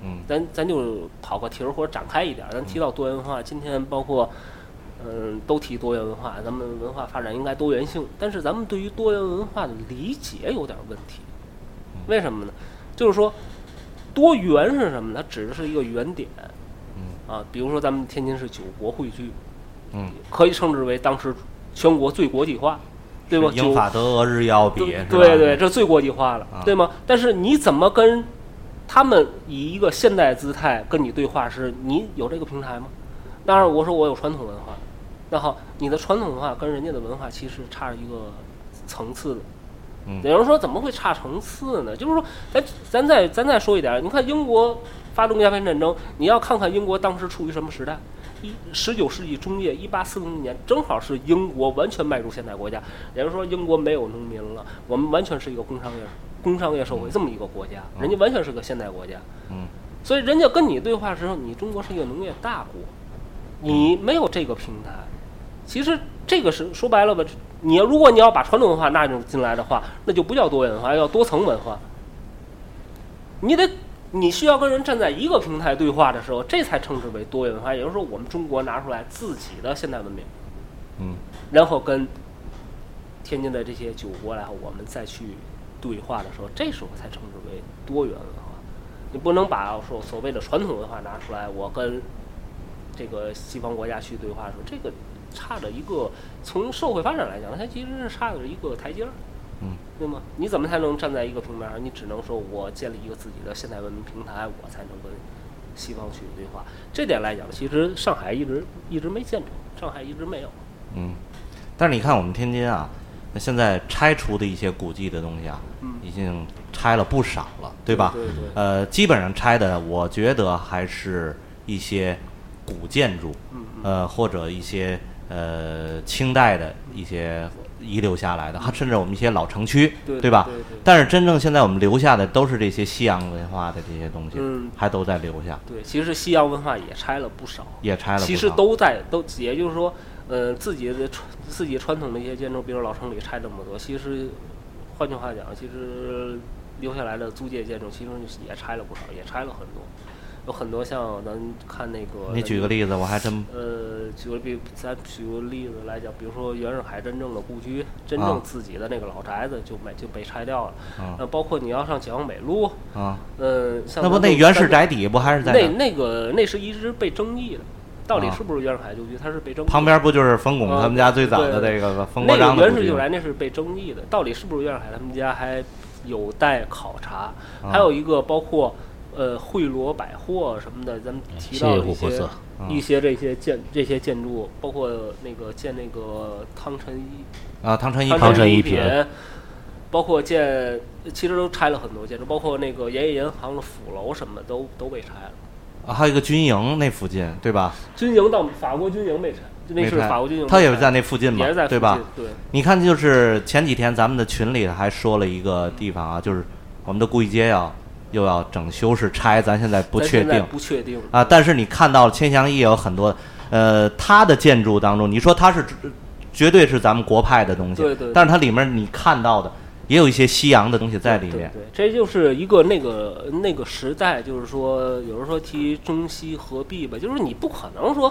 嗯， 咱咱就跑个题儿或者展开一点，咱提到多元文化，今天包括。嗯，都提多元文化，咱们文化发展应该多元性，但是咱们对于多元文化的理解有点问题。为什么呢？就是说，多元是什么呢？它指的是一个原点。嗯啊，比如说咱们天津市九国汇聚， 嗯， 可以称之为当时全国最国际化，对吧？ 英法德俄日要比， 对对，这最国际化了， 啊、 对吗？但是你怎么跟他们以一个现代姿态跟你对话时，你有这个平台吗？当然，我说我有传统文化。那好，你的传统文化跟人家的文化其实差一个层次的。 嗯， 有人说怎么会差层次呢？就是说，咱咱再咱再说一点，你看英国发动鸦片战争，你要看看英国当时处于什么时代？一十九世纪中叶，一八四零年，正好是英国完全迈入现代国家。也就是说，英国没有农民了，我们完全是一个工商业工商业社会这么一个国家，人家完全是个现代国家。 嗯， 所以人家跟你对话的时候，你中国是一个农业大国，你没有这个平台。其实这个是说白了吧，你如果你要把传统文化纳入进来的话，那就不叫多元文化，要多层文化。你得，你需要跟人站在一个平台对话的时候，这才称之为多元文化。也就是说，我们中国拿出来自己的现代文明， 嗯， 然后跟天津的这些九国来，我们再去对话的时候，这时候才称之为多元文化。你不能把说所谓的传统文化拿出来，我跟这个西方国家去对话的时候，这个。差着一个，从社会发展来讲，它其实是差着一个台阶儿， 嗯， 对吗？你怎么才能站在一个平面上？你只能说我建立一个自己的现代文明平台，我才能跟西方去对话。这点来讲，其实上海一直一直没建成，上海一直没有。 嗯，但是你看我们天津啊，现在拆除的一些古迹的东西啊， 嗯， 已经拆了不少了，对吧？ 对对对。 呃，基本上拆的，我觉得还是一些古建筑， 嗯嗯， 呃，或者一些。呃，清代的一些遗留下来的，甚至我们一些老城区， 对对吧？ 对对对， 但是真正现在我们留下的都是这些西洋文化的这些东西， 嗯， 还都在留下。 对，其实西洋文化也拆了不少， 也拆了不少。 其实都在都，也就是说，呃，自己的传自己传统的一些建筑，比如老城里拆这么多，其实换句话讲，其实留下来的租界建筑，其实也拆了不少，也拆了很多。有很多像咱看那个， 你举个例子，我还真呃，举个比咱举个例子来讲，比如说袁世凯真正的故居，真正自己的那个老宅子就没就被拆掉了。 啊， 呃，包括你要上解放北路啊， 呃，像那不那袁氏宅邸不还是在那那个那是一直被争议的，到底是不是袁世凯旧居？它是被争议的。 旁边不就是冯巩他们家最早的这个冯国璋的故居？那个袁氏旧宅那是被争议的，到底是不是袁世凯他们家还有待考察。 啊、 还有一个包括。呃，惠罗百货什么的，咱们提到一些一些这些建这些建筑，包括那个建那个汤臣一啊，汤臣一汤臣一品，包括建，其实都拆了很多建筑，包括那个盐业银行的府楼什么都都被拆了。 啊，还有一个军营那附近，对吧？ 军营到法国军营没拆，那是法国军营， 他也是在那附近嘛， 也是在附近， 对吧？ 对。 你看，就是前几天咱们的群里还说了一个地方啊，就是我们的顾义街呀。又要整修是拆，咱现在不确定， 不确定啊。但是你看到千祥一也有很多，呃，它的建筑当中，你说它是绝对是咱们国派的东西， 对 对, 对。 但是它里面你看到的也有一些西洋的东西在里面。 对, 对, 对，这就是一个那个那个时代，就是说，有人说提中西合璧吧，就是你不可能说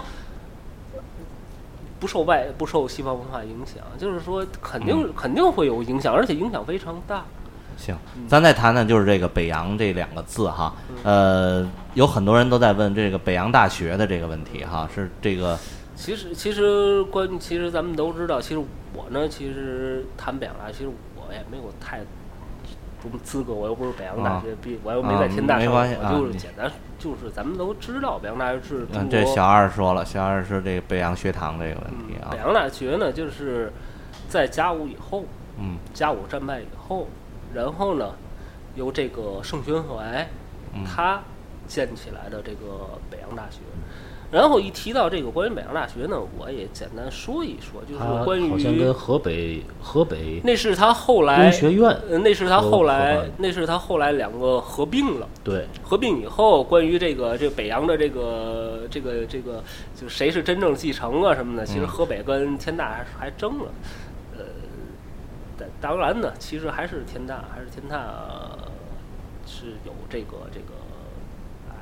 不受外不受西方文化影响，就是说肯定、嗯、肯定会有影响，而且影响非常大。 行，咱再谈谈就是这个北洋这两个字哈，呃，有很多人都在问这个北洋大学的这个问题哈，是这个。 其实其实关于其实咱们都知道，其实我呢，其实谈北洋大学，其实我也没有太什么资格，我又不是北洋大学毕、啊，我又没在天大上， 啊、 我就是简单、啊、就是咱们都知道北洋大学是中国。 嗯，这小二说了，小二是这个北洋学堂这个问题啊。 嗯、北洋大学呢，就是在甲午以后， 嗯， 甲午战败以后。然后呢，由这个盛宣怀，他建起来的这个北洋大学。然后一提到这个关于北洋大学呢，我也简单说一说，就是关于好像跟河北河北那是他后来工学院， 呃，那是他后来那是他后来两个合并了。 对， 合并以后，关于这个这个北洋的这个这个这个，就谁是真正继承啊什么的，其实河北跟天大还还争了。当然呢，其实还是天大，还是天大、呃、是有这个这个，哎，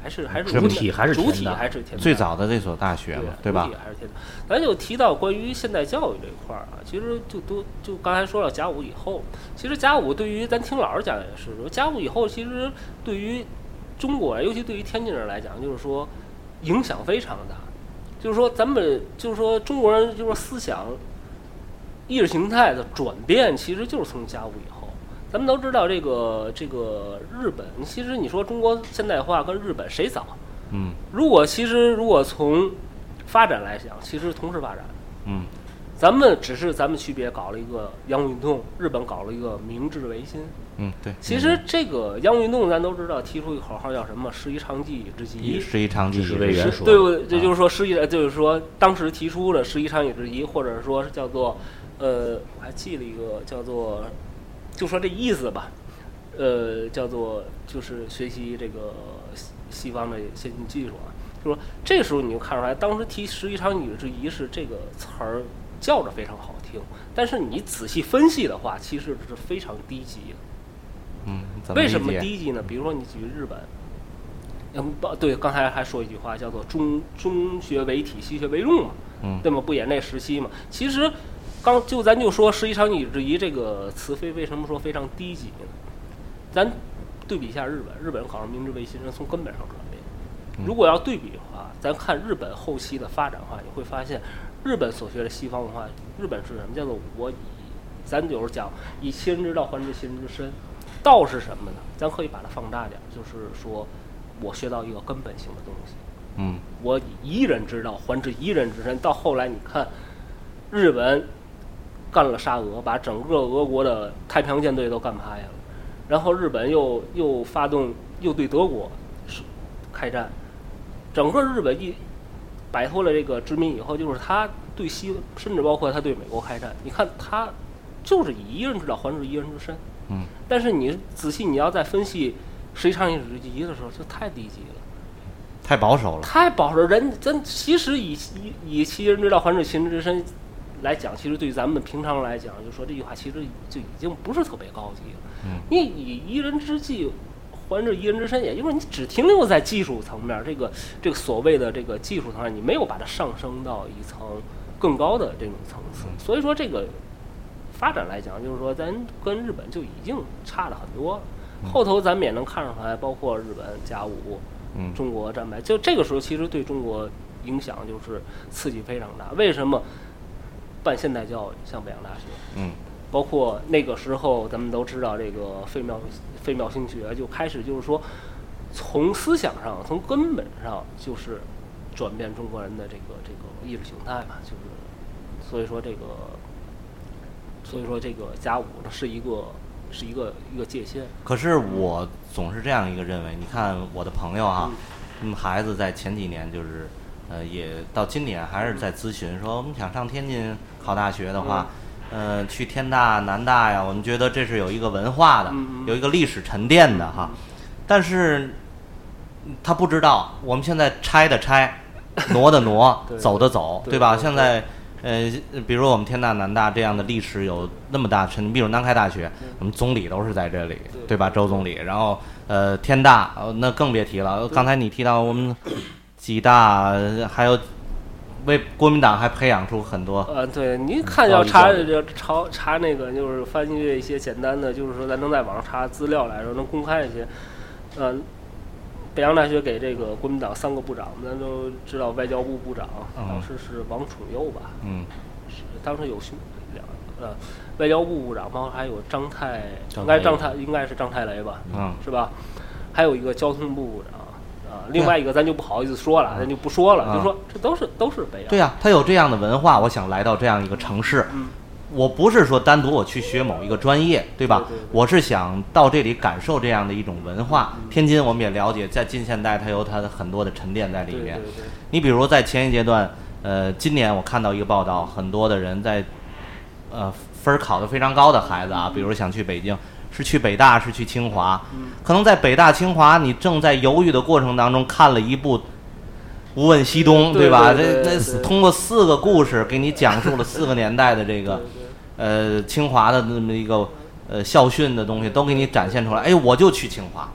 还是还是主体还是主体天大还是天大。 最早的这所大学嘛，对吧主体？还是天大。咱就提到关于现代教育这一块儿啊，其实就都就刚才说了甲午以后，其实甲午对于咱听老师讲也是，甲午以后其实对于中国，尤其对于天津人来讲，就是说影响非常大。就是说咱们就是说中国人就是说思想意识形态的转变，其实就是从甲午以后。咱们都知道这个这个日本，其实你说中国现代化跟日本谁早？ 嗯如果其实如果从发展来讲，其实同时发展。 嗯咱们只是咱们区别搞了一个洋务运动，日本搞了一个明治维新。 嗯，对。 其实这个洋务运动咱都知道，提出一个口号叫什么？十一长计之一一。 十一长计是为元说对不对？这就是说十一，就是说当时提出了十一长计之一，或者说是叫做，呃，我还记了一个叫做，就说这意思吧，呃，叫做就是学习这个西西方的先进技术啊。就说这时候你就看出来，当时提十一长计之一是这个词儿叫着非常好听，但是你仔细分析的话，其实是非常低级的。 嗯，怎么为什么理解低级呢？比如说你举日本，嗯，不对，刚才还说一句话，叫做中中学为体，西学为用嘛， 嗯对吗？不也那时期嘛？其实刚就咱就说十一长计之一这个词非为什么说非常低级呢？咱对比一下日本，日本人搞上明治维新，人从根本上转变。如果要对比的话，咱看日本后期的发展的话，你会发现，日本所学的西方文化，日本是什么？叫做我以，咱有时候讲以其人之道还治其人之身。道是什么呢？咱可以把它放大点，就是说我学到一个根本性的东西。 嗯我以一人之道还治一人之身。到后来你看，日本干了沙俄，把整个俄国的太平洋舰队都干趴下了，然后日本又又发动又对德国开战，整个日本一摆脱了这个殖民以后，就是他对西，甚至包括他对美国开战。你看他就是以一人之道还治一人之身。 嗯， 但是你仔细你要在分析十一长计之一的时候，就太低级了。 太保守了。 太保守人，咱其实以以以其人之道还治其人之身来讲，其实对于咱们平常来讲，就说这句话其实就已经不是特别高级了。 嗯， 你以一人之计还治一人之身，也就是说你只停留在技术层面，这个这个所谓的这个技术层面，你没有把它上升到一层更高的这种层次。所以说这个发展来讲，就是说咱跟日本就已经差了很多了。后头咱们也能看出来，包括日本甲午。 嗯， 中国战败，就这个时候其实对中国影响就是刺激非常大。为什么办现代教育，像北洋大学， 嗯， 包括那个时候咱们都知道这个费妙费妙心学就开始，就是说从思想上、从根本上就是转变中国人的这个这个意识形态嘛，就是所以说这个所以说这个甲午呢是一个是一个一个界限。 可是我总是这样一个认为，你看我的朋友啊，嗯，孩子在前几年就是，呃，也到今年还是在咨询说，我们想上天津考大学的话，嗯、呃，去天大、南大呀，我们觉得这是有一个文化的， 嗯、 有一个历史沉淀的哈，但是他不知道，我们现在拆的拆，挪的挪，走的走， 对对吧？ 对现在。呃，比如我们天大、南大这样的历史有那么大沉，比如南开大学，我们总理都是在这里，对吧？周总理，然后呃，天大，呃，那更别提了。刚才你提到我们几大，还有为国民党还培养出很多。 呃，对，您看要查这查查那个，就是翻阅一些简单的，就是说咱能在网上查资料来说，能公开一些，呃。北洋大学给这个国民党三个部长，咱都知道，外交部部长当时是王宠佑吧？ 嗯， 是当时有兄两呃，外交部部长，包括还有张太，应该张太应该是张太雷吧？ 嗯， 是吧？还有一个交通部部长啊，另外一个咱就不好意思说了，咱就不说了，就说这都是都是北洋。 对呀，他有这样的文化，我想来到这样一个城市。 嗯。 我不是说单独我去学某一个专业，对吧？ 对对对， 我是想到这里感受这样的一种文化。嗯、天津我们也了解，在近现代它有它的很多的沉淀在里面。 对对对， 你比如在前一阶段，呃，今年我看到一个报道，很多的人在，呃，分儿考得非常高的孩子啊，比如想去北京，是去北大，是去清华， 嗯、 可能在北大、清华，你正在犹豫的过程当中，看了一部。无问西东， 对吧？ 对对对对这那通过四个故事给你讲述了四个年代的这个， 对对呃，清华的那么一个呃校训的东西都给你展现出来。哎，我就去清华，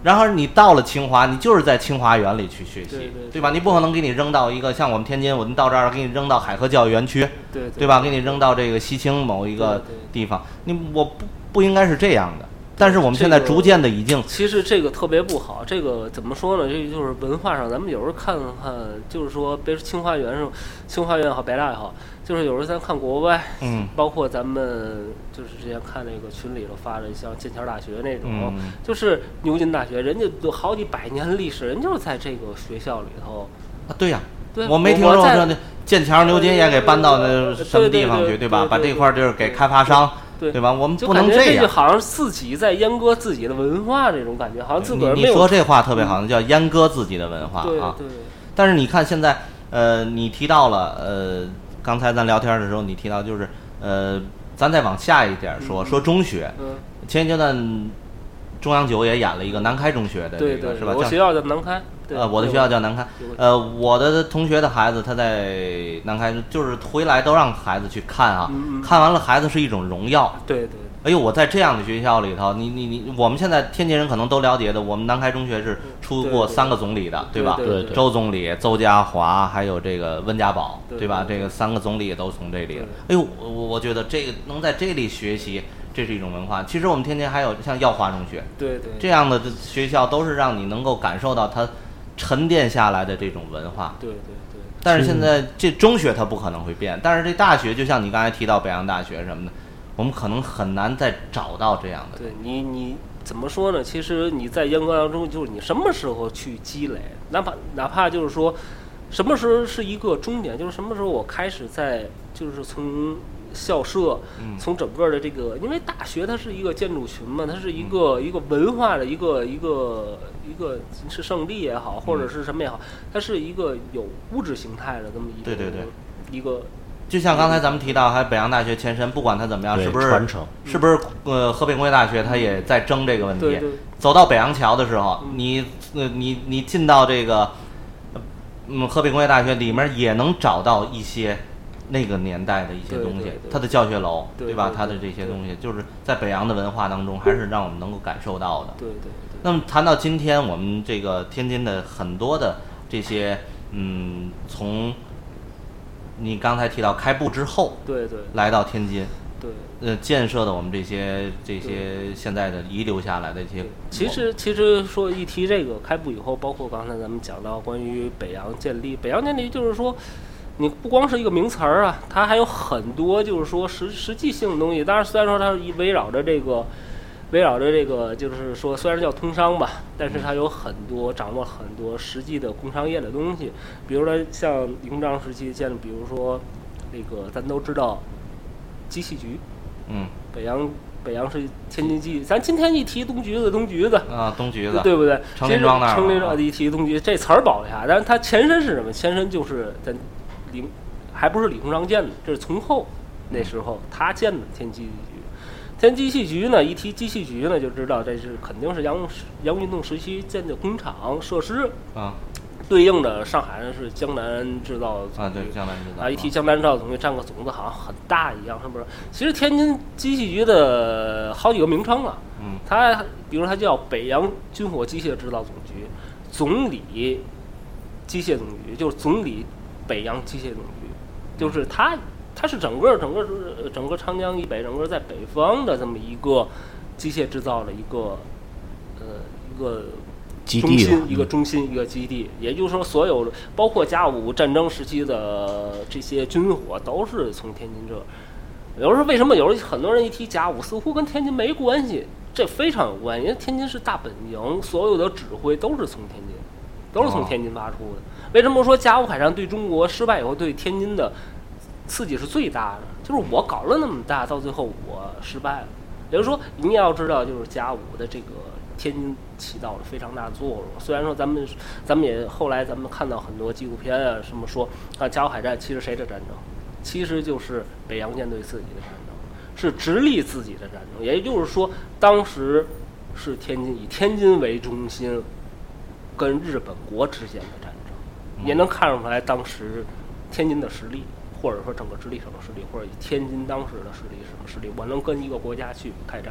然而你到了清华，你就是在清华园里去学习， 对对对吧？你不可能给你扔到一个像我们天津，我们到这儿给你扔到海河教育园区， 对对对吧？给你扔到这个西青某一个对对地方，你我不不应该是这样的。但是我们现在逐渐的已经， 其实这个特别不好。这个怎么说呢？这个就是文化上，咱们有时候看看，就是说，别说清华园上，清华园也好，北大也好，就是有时候咱看国外， 嗯， 包括咱们就是之前看那个群里头发的，像剑桥大学那种， 嗯就是牛津大学，人家都好几百年历史，人就是在这个学校里头。 啊，对呀、 对， 我没听说说那剑桥、牛津也给搬到那什么地方去， 对对对吧？ 对对把这块地儿给开发商。 对对吧？我们就不能感觉这样， 好像自己在阉割自己的文化，这种感觉，好像自个儿没有。 你说这话特别好，叫阉割自己的文化对啊。 对。 但是你看现在，呃，你提到了，呃，刚才咱聊天的时候，你提到就是，呃，咱再往下一点说， 嗯、 说中学。 嗯。 前一阶段，中央九也演了一个南开中学的这个， 对对是吧？ 我学校叫南开。 呃，我的学校叫南开。呃，我的同学的孩子他在南开，就是回来都让孩子去看啊， 嗯、 看完了孩子是一种荣耀。 对对。 哎呦，我在这样的学校里头，你你你，我们现在天津人可能都了解的，我们南开中学是出过三个总理的， 对吧？ 对对对周总理、邹家华，还有这个温家宝， 对对吧？ 对对这个三个总理也都从这里。 对哎呦，我我觉得这个能在这里学习，这是一种文化。其实我们天津还有像耀华中学， 对对， 这样的学校都是让你能够感受到它沉淀下来的这种文化。 对对对。 但是现在这中学它不可能会变，但是这大学就像你刚才提到北洋大学什么的。我们可能很难再找到这样的。 对你，你怎么说呢？其实你在阉割当中，就是你什么时候去积累，哪怕哪怕就是说，什么时候是一个终点，就是什么时候我开始在，就是从校舍， 嗯、 从整个的这个，因为大学它是一个建筑群嘛，它是一个、嗯、一个文化的一个一个一个是圣地也好，或者是什么也好，它是一个有物质形态的这么一个对对对一个。 就像刚才咱们提到，还北洋大学前身，不管它怎么样，是不是传承？ 是不是呃，河北工业大学它也在争这个问题。 对对。 走到北洋桥的时候， 嗯、 你呃你你进到这个嗯河北工业大学里面，也能找到一些那个年代的一些东西， 对对对它的教学楼， 对吧？ 对对它的这些东西，就是在北洋的文化当中，还是让我们能够感受到的。 对对对。 那么谈到今天，我们这个天津的很多的这些嗯从。你刚才提到开埠之后， 对对， 来到天津， 对， 呃，建设的我们这些这些现在的遗留下来的一些。 其实其实说一提这个开埠以后，包括刚才咱们讲到关于北洋建立，北洋建立就是说，你不光是一个名词儿啊，它还有很多就是说实实际性的东西。当然，虽然说它围绕着这个。围绕着这个，就是说，虽然叫通商吧，但是它有很多掌握很多实际的工商业的东西。比如说像李鸿章时期建的，比如说那个咱都知道机器局， 嗯， 北洋北洋是天津机，咱今天一提东橘子，东橘子啊，东橘子， 对不对？ 成林庄那儿， 成林庄一提东橘，这词儿保留下，但是它前身是什么？前身就是咱李，还不是李鸿章建的，这是从后那时候他建的天津机器局。天津机器局呢，一提机器局呢，就知道这是肯定是洋洋运动时期建的工厂设施啊。 对应的上海呢是江南制造总局啊，对，江南制造啊，一提江南制造总局占个总子好像很大一样，是不是？其实天津机器局的好几个名称啊， 嗯， 它比如它叫北洋军火机械制造总局、总理机械总局，就是总理北洋机械总局，就是它。它是整个整个整个长江以北，整个在北方的这么一个机械制造的一个呃一个中心，一个中心，一个基地。也就是说，所有包括甲午战争时期的这些军火，都是从天津这。有时候为什么有时候很多人一提甲午，似乎跟天津没关系？这非常有关系，因为天津是大本营，所有的指挥都是从天津，都是从天津发出的。为什么说甲午海战对中国失败以后，对天津的刺激是最大的？就是我搞了那么大，到最后我失败了。也就是说，你也要知道，就是甲午的这个天津起到了非常大的作用。虽然说咱们咱们也后来咱们看到很多纪录片啊，什么说啊甲午海战其实谁的战争？其实就是北洋舰队自己的战争，是直隶自己的战争。也就是说，当时是天津以天津为中心，跟日本国之间的战争，也能看出来当时天津的实力。或者说整个直隶省的实力，或者以天津当时的实力什么实力，我能跟一个国家去开战，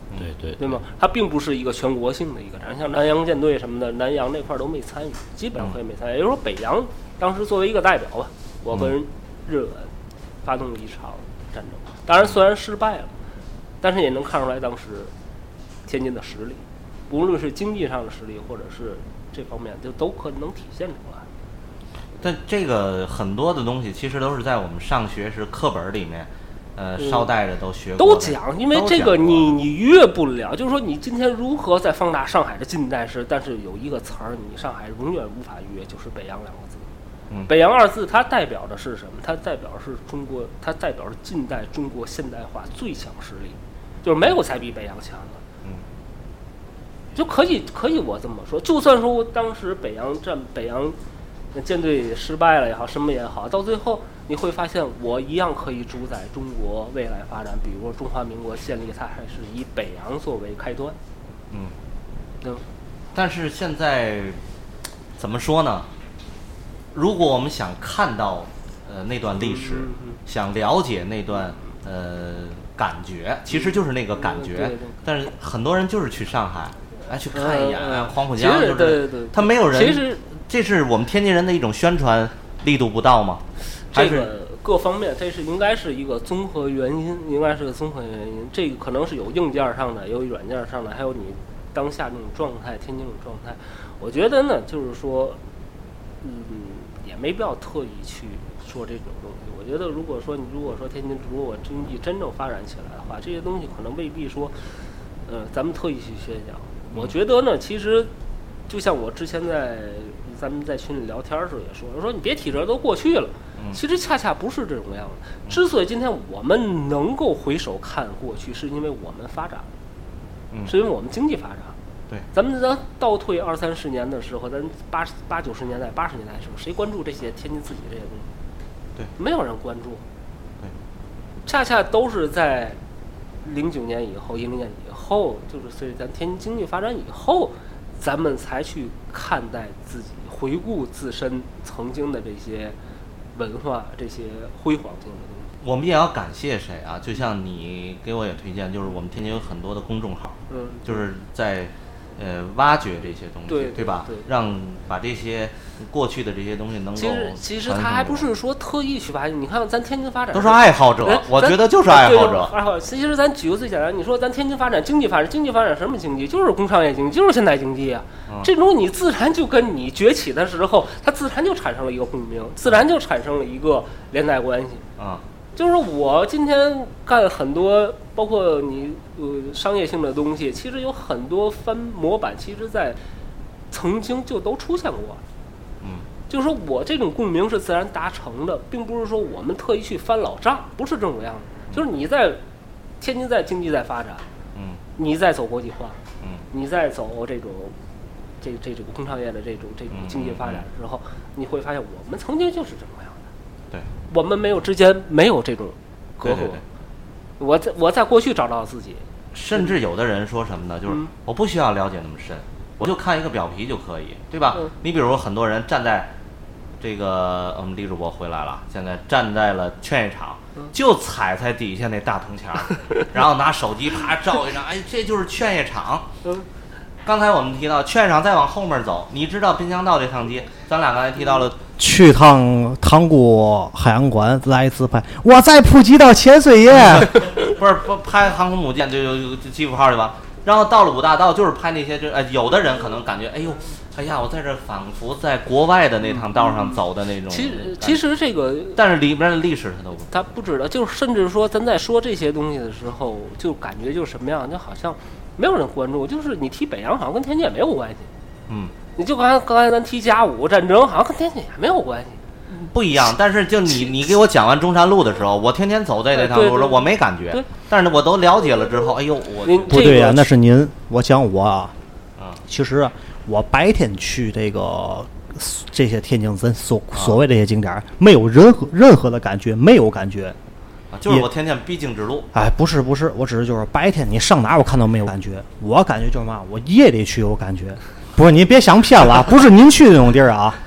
对对对吗？它并不是一个全国性的一个战，像南洋舰队什么的，南洋那块都没参与，基本上会没参与。也就是说，北洋当时作为一个代表吧，我跟日本发动了一场战争。当然，虽然失败了，但是也能看出来当时天津的实力，无论是经济上的实力，或者是这方面，就都可能体现出来。 但这个很多的东西其实都是在我们上学时课本里面，呃， 嗯捎带着都学过的， 都讲，因为这个都讲过你你越不了，就是说你今天如何在放大上海的近代史，但是有一个词儿，你上海永远无法逾越，就是北洋两个字。 嗯北洋二字它代表的是什么？它代表的是中国，它代表着近代中国现代化最强实力，就是没有再比北洋强了。 嗯， 就可以可以我这么说，就算说当时北洋战北洋舰队失败了也好，什么也好，到最后你会发现，我一样可以主宰中国未来发展。比如说中华民国建立，它还是以北洋作为开端。 嗯， 对吧？ 但是现在怎么说呢？如果我们想看到呃那段历史， 嗯嗯想了解那段呃感觉，其实就是那个感觉。 嗯对对但是很多人就是去上海，哎去看一眼， 嗯嗯哎黄浦其江就是， 实对对对他没有人。 其实这是我们天津人的一种宣传力度不到吗？还是这个各方面，这是应该是一个综合原因，应该是个综合原因。这个可能是有硬件上的，有软件上的，还有你当下这种状态，天津这种状态。我觉得呢，就是说，嗯，也没必要特意去说这种东西。我觉得，如果说你如果说天津如果经济真正发展起来的话，这些东西可能未必说，呃，咱们特意去宣扬。我觉得呢，其实就像我之前在咱们在群里聊天的时候也说，我说你别提这都过去了。其实恰恰不是这种样子。之所以今天我们能够回首看过去，是因为我们发展了， 嗯是因为我们经济发展了。 对， 咱们咱倒退二三十年的时候，咱八八九十年代、八十年代的时候，谁关注这些天津自己这些东西？ 对， 没有人关注。 对， 恰恰都是在零九年以后、一零年以后，就是随着咱天津经济发展以后，咱们才去看待自己，回顾自身曾经的这些文化、这些辉煌性的东西。 我们也要感谢谁啊？就像你给我也推荐，就是我们天津有很多的公众号， 嗯， 就是在呃挖掘这些东西， 对对吧？ 对让把这些过去的这些东西能够其实其实传他还承过来不是说特意去发现，你看咱天津发展都是爱好者哎， 我咱觉得就是爱好者。 对爱好者。其实咱举个最简单，你说咱天津发展经济发展，经济发展什么经济？就是工商业经济，就是现代经济啊。 嗯这种你自然就跟你崛起的时候，它自然就产生了一个共鸣，自然就产生了一个连带关系。 啊、 就是我今天干很多，包括你呃商业性的东西，其实有很多翻模板，其实在曾经就都出现过。 嗯， 就是说我这种共鸣是自然达成的，并不是说我们特意去翻老账，不是这种样子。就是你在天津在经济在发展， 嗯你在走国际化， 嗯你在走这种这这这个工商业的这种这种经济发展之后，你会发现我们曾经就是这种样的。 对， 我们没有之间没有这种隔阂。 对对对我在我在过去找到自己， 甚至有的人说什么呢？就是嗯我不需要了解那么深，我就看一个表皮就可以，对吧？ 嗯你比如很多人站在这个，我们李主播回来了，现在站在了劝业场， 嗯就踩在底下那大铜钱儿，然后拿手机啪照一张，哎，这就是劝业场。 嗯， 刚才我们提到劝业场再往后面走，你知道滨江道这趟街，咱俩刚才提到了， 去趟塘沽海洋馆来一次拍，我在普吉岛潜水耶。 不是不拍航空母舰就就就基辅号对吧？然后到了五大道，就是拍那些就，呃，有的人可能感觉，哎呦，哎呀，我在这仿佛在国外的那趟道上走的那种。 其实其，实这个但是里边的历史他都不。 他不知道，就是甚至说咱在说这些东西的时候，就感觉就是什么样，就好像没有人关注，就是你提北洋好像跟天津也没有关系， 嗯， 你就刚才刚才咱提甲午战争，好像跟天津也没有关系。 不一样。但是就你你给我讲完中山路的时候，我天天走在那趟路上， 对对我没感觉对。 但是我都了解了之后，哎呦，我您不对呀、 这个那是您。我讲我啊， 啊其实啊我白天去这个这些天津咱所所谓这些景点儿，没有任何任何的感觉，没有感觉。 啊就是我天天必经之路。 哎，不是不是，我只是就是白天你上哪儿我看到没有感觉，我感觉就是嘛，我夜里去有感觉。不是您别想偏了啊，不是您去那种地儿啊，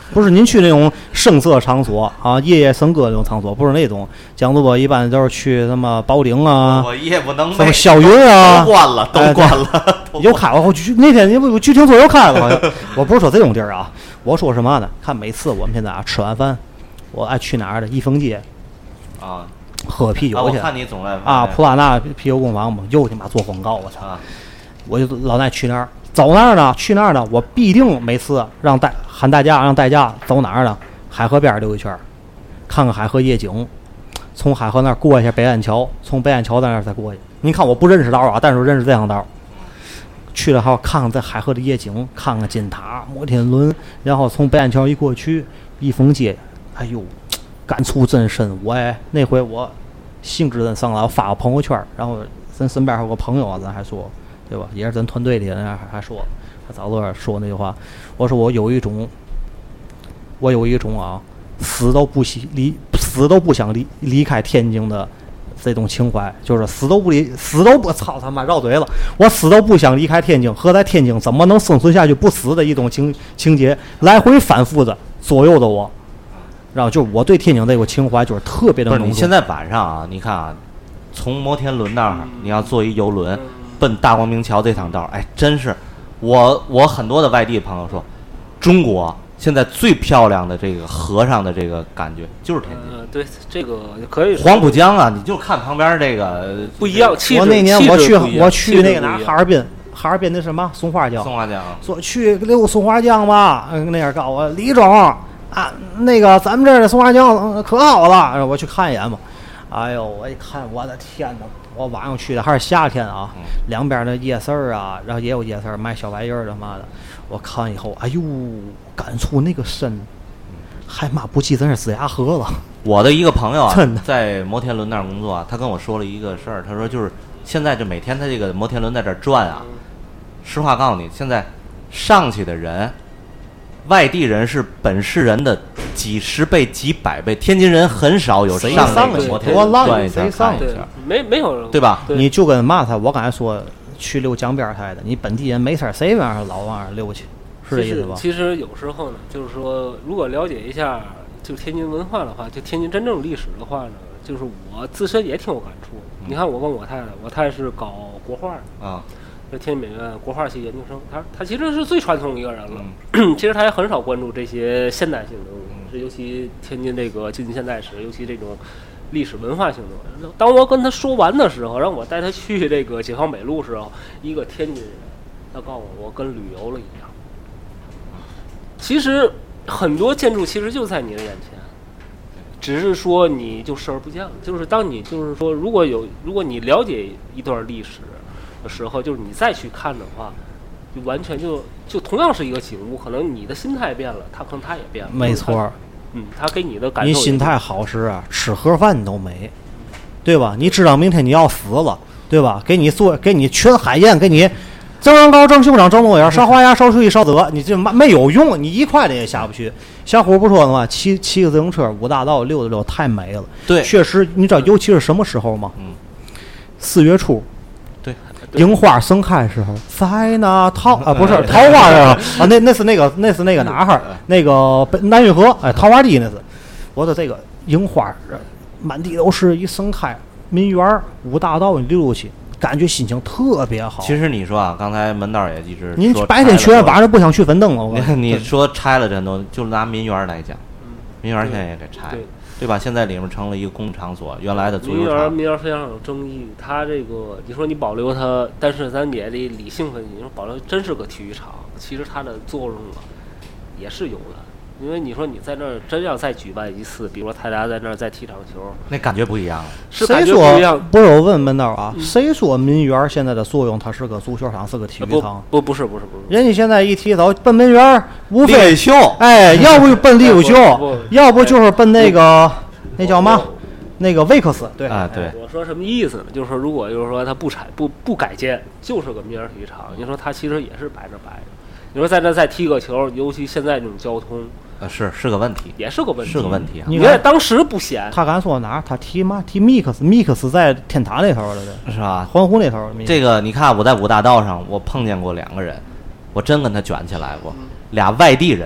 不是您去那种声色场所啊，夜夜笙歌那种场所，不是那种。讲座一般都是去什么宝鼎啊， 我夜不能什么寐， 霄云啊， 都关了，都哎关了，都又开了。我去那天你不剧厅座又开了，好像。我不是说这种地儿啊，我说什么呢？看每次我们现在啊吃完饭，我爱去哪儿的益丰街啊。 喝啤啊，我酒去看你总在啊，普拉纳啤酒工坊嘛，又他妈做广告，我操！ 啊， 我就老爱去那儿，走那儿呢，去那儿呢，我必定每次让代喊代驾，让代驾走哪儿呢？海河边儿溜一圈儿，看看海河夜景，从海河那儿过一下北岸桥，从北岸桥在那儿再过去。你看我不认识道啊，但是我认识这条道。去了后看看在海河的夜景，看看金塔、摩天轮，然后从北岸桥一过去，益丰街，哎呦，感触真深。我哎，那回我兴致真上来，我发个朋友圈，然后咱身边还有个朋友啊，咱还说，对吧？也是咱团队里人还还说，还早乐说那句话，我说我有一种，我有一种啊，死都不惜离，死都不想离离开天津的这种情怀，就是死都不离，死都不操他妈绕嘴了，我死都不想离开天津，和在天津怎么能生存下去不死的一种情情节，来回反复的左右着我。然后就是我对天津这个情怀就是特别的浓重。 不是你现在晚上啊，你看啊，从摩天轮那儿、嗯、你要坐一游轮、嗯、奔大光明桥这趟道，哎，真是我我很多的外地朋友说，中国现在最漂亮的这个河上的这个感觉就是天津。 呃、对，这个可以。 黄浦江啊，你就看旁边这个不一样。 我那年我去我去那个哪哈尔滨。哈尔滨那什么松花江？ 松花江。 说去溜松花江吧，嗯，那样告我李总啊，那个咱们这儿的松花江、嗯、可好了，我去看一眼吧。哎呦，我一看，我的天哪！我晚上去的还是夏天啊，嗯、两边的夜市啊，然后也有夜市卖小玩意儿的嘛的。我看以后，哎呦，感触那个深，还妈不记得是子牙河了。 我的一个朋友啊， 真的在摩天轮那儿工作啊，他跟我说了一个事儿，他说就是现在这每天他这个摩天轮在这儿转啊，实话告诉你，现在上去的人。外地人是本市人的几十倍、几百倍，天津人很少有上那个摩天轮转一圈看一圈， 没没有对吧？ 对你就跟嘛他，我刚才说去溜江边台的，你本地人没事谁往上老往上溜去，是这意思吧？ 其实有时候呢，就是说，如果了解一下就天津文化的话，就天津真正历史的话呢，就是我自身也挺有感触。嗯、你看，我跟我太太，我太太是搞国画的啊。这天津美院国画系研究生，他他其实是最传统一个人了。嗯、其实他也很少关注这些现代性的东西，尤其天津这个近现代史，尤其这种历史文化性的。当我跟他说完的时候，让我带他去这个解放北路时候，一个天津人，他告诉我，我跟旅游了一样。其实很多建筑其实就在你的眼前，只是说你就视而不见了。就是当你就是说，如果有如果你了解一段历史的时候，就是你再去看的话，就完全就就同样是一个景物，可能你的心态变了，他可能他也变了。 没错， 嗯，他给你的感受， 你心态好时啊，吃盒饭你都没，对吧？你知道明天你要死了，对吧？给你做，给你全海燕，给你蒸羊羔、蒸熊掌、蒸龙眼、烧花鸭、烧雏鸡、烧子，你这没有用，你一块的也下不去。小虎不说的嘛，骑骑个自行车，五大道溜达溜太美了。 对， 确实，你知道，尤其是什么时候吗？ 嗯， 四月初。 对， 樱花盛开的时候，在那桃啊不是桃花的啊，那那是那个那是那个哪儿？那个南运河哎，桃花地那是。我的这个樱花满地都是，一盛开，民园五大道你溜溜去，感觉心情特别好。 其实你说啊，刚才门道也一直您白天去，晚上不想去粉灯了。我你你说拆了这都，就拿民园来讲，民园现在也给拆了。对吧？现在里面成了一个公共场所，原来的足球场。 民园民园非常有争议，它这个你说你保留它，但是咱也得理性分析，你说保留真是个体育场，其实它的作用啊也是有的。因为你说你在那儿真要再举办一次，比如说大家在那儿再踢场球， 那感觉不一样了。 是感觉不一样。 不是我问门道啊，嗯、谁说民园现在的作用它是个足球场，是个体育场？ 不不不是不是不是。 人家现在一提走奔民园，无非秀， 哎，要不奔利物秀，要不就是奔那个。那叫嘛？那个维克斯，对啊，对。 我说什么意思呢？就是说，如果就是说它不拆不不改建，就是个民园体育场。你说它其实也是摆着摆着。你说在那再踢个球，尤其现在这种交通， 呃，是是个问题， 也是个问题， 是个问题啊。 你看当时不显， 他刚说哪儿？他踢嘛？踢 mix，mix 在天坛那头了，对， 是吧？ 环湖那头。 这个你看，我在五大道上，我碰见过两个人，我真跟他卷起来过。俩外地人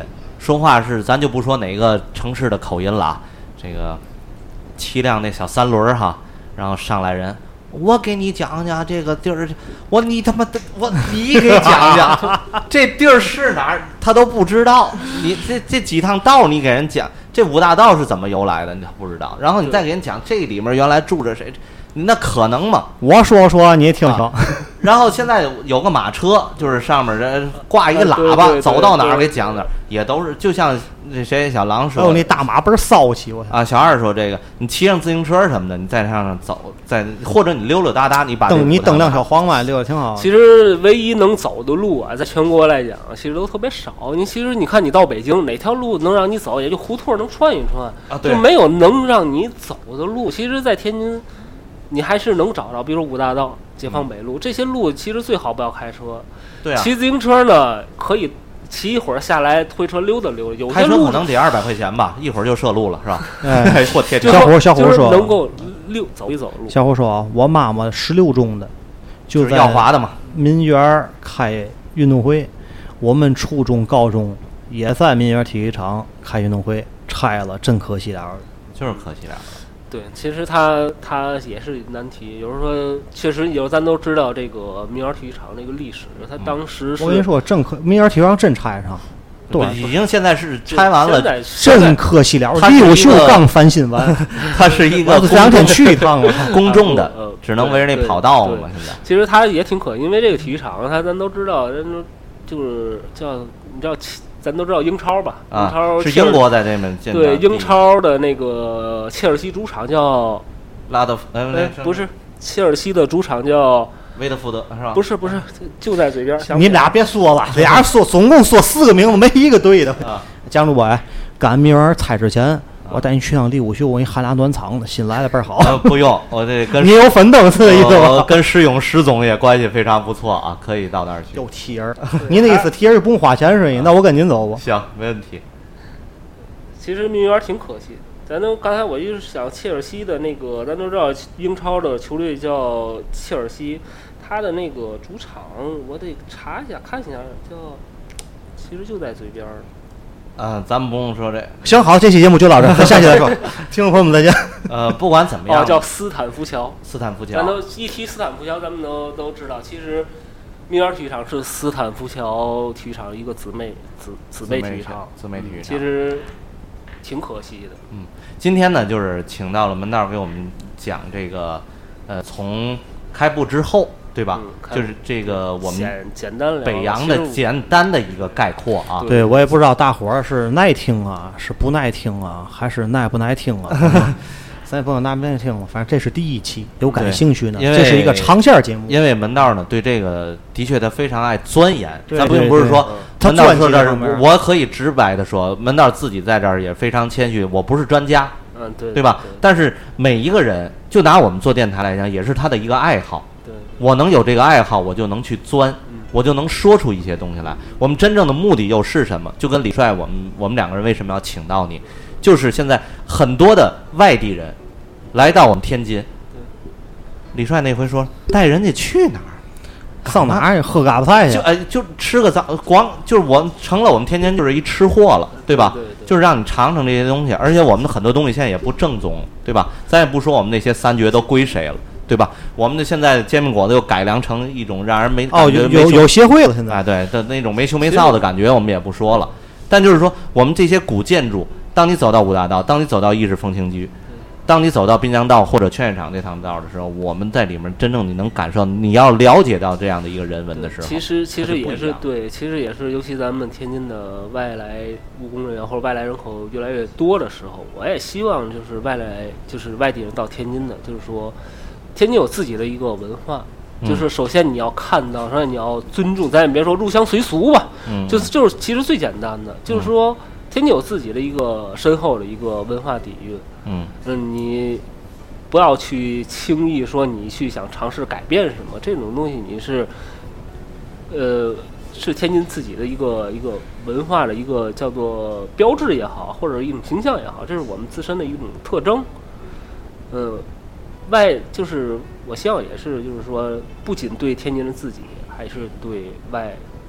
说话是咱就不说哪个城市的口音了，这个骑辆那小三轮哈，然后上来人。我给你讲讲这个地儿，我你他妈的我你给讲讲这地儿是哪儿，他都不知道。你这这几趟道你给人讲，这五大道是怎么由来的，你不知道。然后你再给人讲这里面原来住着谁，那可能吗？ 我说说你也听听。 啊、然后现在有个马车，就是上面人挂一个喇叭， 对对对走到哪儿给讲哪儿，也都是就像那谁小狼说， 还有那大马倍儿骚气，我啊，小二说这个，你骑上自行车什么的，你在上上走，在或者你溜溜达达，你把蹬你蹬辆小黄马溜的挺好。 其实唯一能走的路啊，在全国来讲，其实都特别少。你其实你看，你到北京哪条路能让你走，也就胡同能串一串， 啊，对， 就没有能让你走的路。其实，在天津，你还是能找着，比如五大道、解放北路、嗯、这些路，其实最好不要开车。 对啊， 骑自行车呢，可以骑一会儿下来，推车溜达溜达。有些开车路可能得二百块钱吧，一会儿就涉路了，是吧？ 哎， 我天， 小伙小伙说能够溜走一走路。 小伙说啊，我妈妈十六中的，就在耀华的嘛， 民园开运动会。我们初中、高中也在民园体育场开运动会，拆了，真可惜了。 就是可惜了。 对，其实它它也是难题。有时候说，确实有咱都知道这个民园体育场那个历史，它当时是、 嗯、我跟你说，真可民园体育场真拆上，对， 已经现在是拆完了， 真可惜了。李友秀刚翻新完， 它是一个这两天去一趟了， 公众的， 呃、 只能围着那跑道嘛。现在其实它也挺可惜，因为这个体育场，它咱都知道，人就是叫你知道。咱都知道英超吧？ 啊、 英超是英国在这边建的。 对，英超的那个切尔西主场叫拉德， 哎，不是，切尔西的主场叫威德福德，是吧？ 不是，不是，就在嘴边。 你俩别说了，俩人说总共说四个名字，没一个对的。 啊、 江主播，赶明儿猜之前，我带你去趟利物秀，我给你喊俩暖场的，新来的倍儿好。 呃、不用，我这跟你有粉灯是的意思吧？跟施勇施总也关系非常不错啊，可以到那儿去。 又提人，您那意思提人不用花钱是吗？那我跟您走吧。 行，没问题。 其实民园挺可惜，咱都刚才我就是想切尔西的那个，咱都知道英超的球队叫切尔西，他的那个主场我得查一下看一下，叫其实就在嘴边儿。 嗯，咱们不用说这。 行，好，这期节目就到这儿，咱下期再说。听众朋友们再见。 呃，不管怎么样， 哦，叫斯坦福桥。 斯坦福桥， 咱都一提斯坦福桥，咱们都都知道，其实民园体育场是斯坦福桥体育场一个姊妹子姊妹体育场， 姊妹体育场， 其实挺可惜的。 嗯，今天呢，就是请到了门道给我们讲这个，呃，从开埠之后。对吧、嗯？就是这个我们简单北洋的简单的一个概括啊。 对，我也不知道大伙儿是耐听啊，是不耐听啊，还是耐不耐听啊？咱也不能耐不耐听了，反正这是第一期，有感兴趣呢。这是一个长线节目。 因为门道呢，对这个的确他非常爱钻研。 对咱并不是说他钻说这儿，我可以直白的说，门道自己在这儿也非常谦虚，我不是专家， 嗯，对， 对吧？ 对但是每一个人，就拿我们做电台来讲，也是他的一个爱好。 对， 我能有这个爱好，我就能去钻，嗯、我就能说出一些东西来。我们真正的目的又是什么？就跟李帅，我们我们两个人为什么要请到你？就是现在很多的外地人来到我们天津，李帅那回说带人家去哪儿？ 上哪儿喝嘎巴菜去？ 就哎，就吃个早光，就是我成了我们天津就是一吃货了，对吧？ 对对对， 就是让你尝尝这些东西，而且我们的很多东西现在也不正宗，对吧？咱也不说我们那些三绝都归谁了。对吧？我们的现在煎饼果子又改良成一种让人没哦，有有有协会了，现在哎，对的那种没羞没臊的感觉，我们也不说了。但就是说，我们这些古建筑，当你走到五大道，当你走到意式风情居，当你走到滨江道或者劝业场这趟道的时候，我们在里面真正你能感受，你要了解到这样的一个人文的时候， 其实其实也是对，其实也是，尤其咱们天津的外来务工人员或者外来人口越来越多的时候，我也希望就是外来就是外地人到天津的，就是说。天津有自己的一个文化，就是首先你要看到，首先你要尊重，咱也别说入乡随俗吧， 嗯， 就是就是其实最简单的，就是说天津有自己的一个深厚的一个文化底蕴， 嗯， 嗯，你不要去轻易说你去想尝试改变什么，这种东西你是，呃，是天津自己的一个一个文化的一个叫做标志也好，或者一种形象也好，这是我们自身的一种特征，嗯。外就是我希望也是，就是说，不仅对天津人自己，还是对外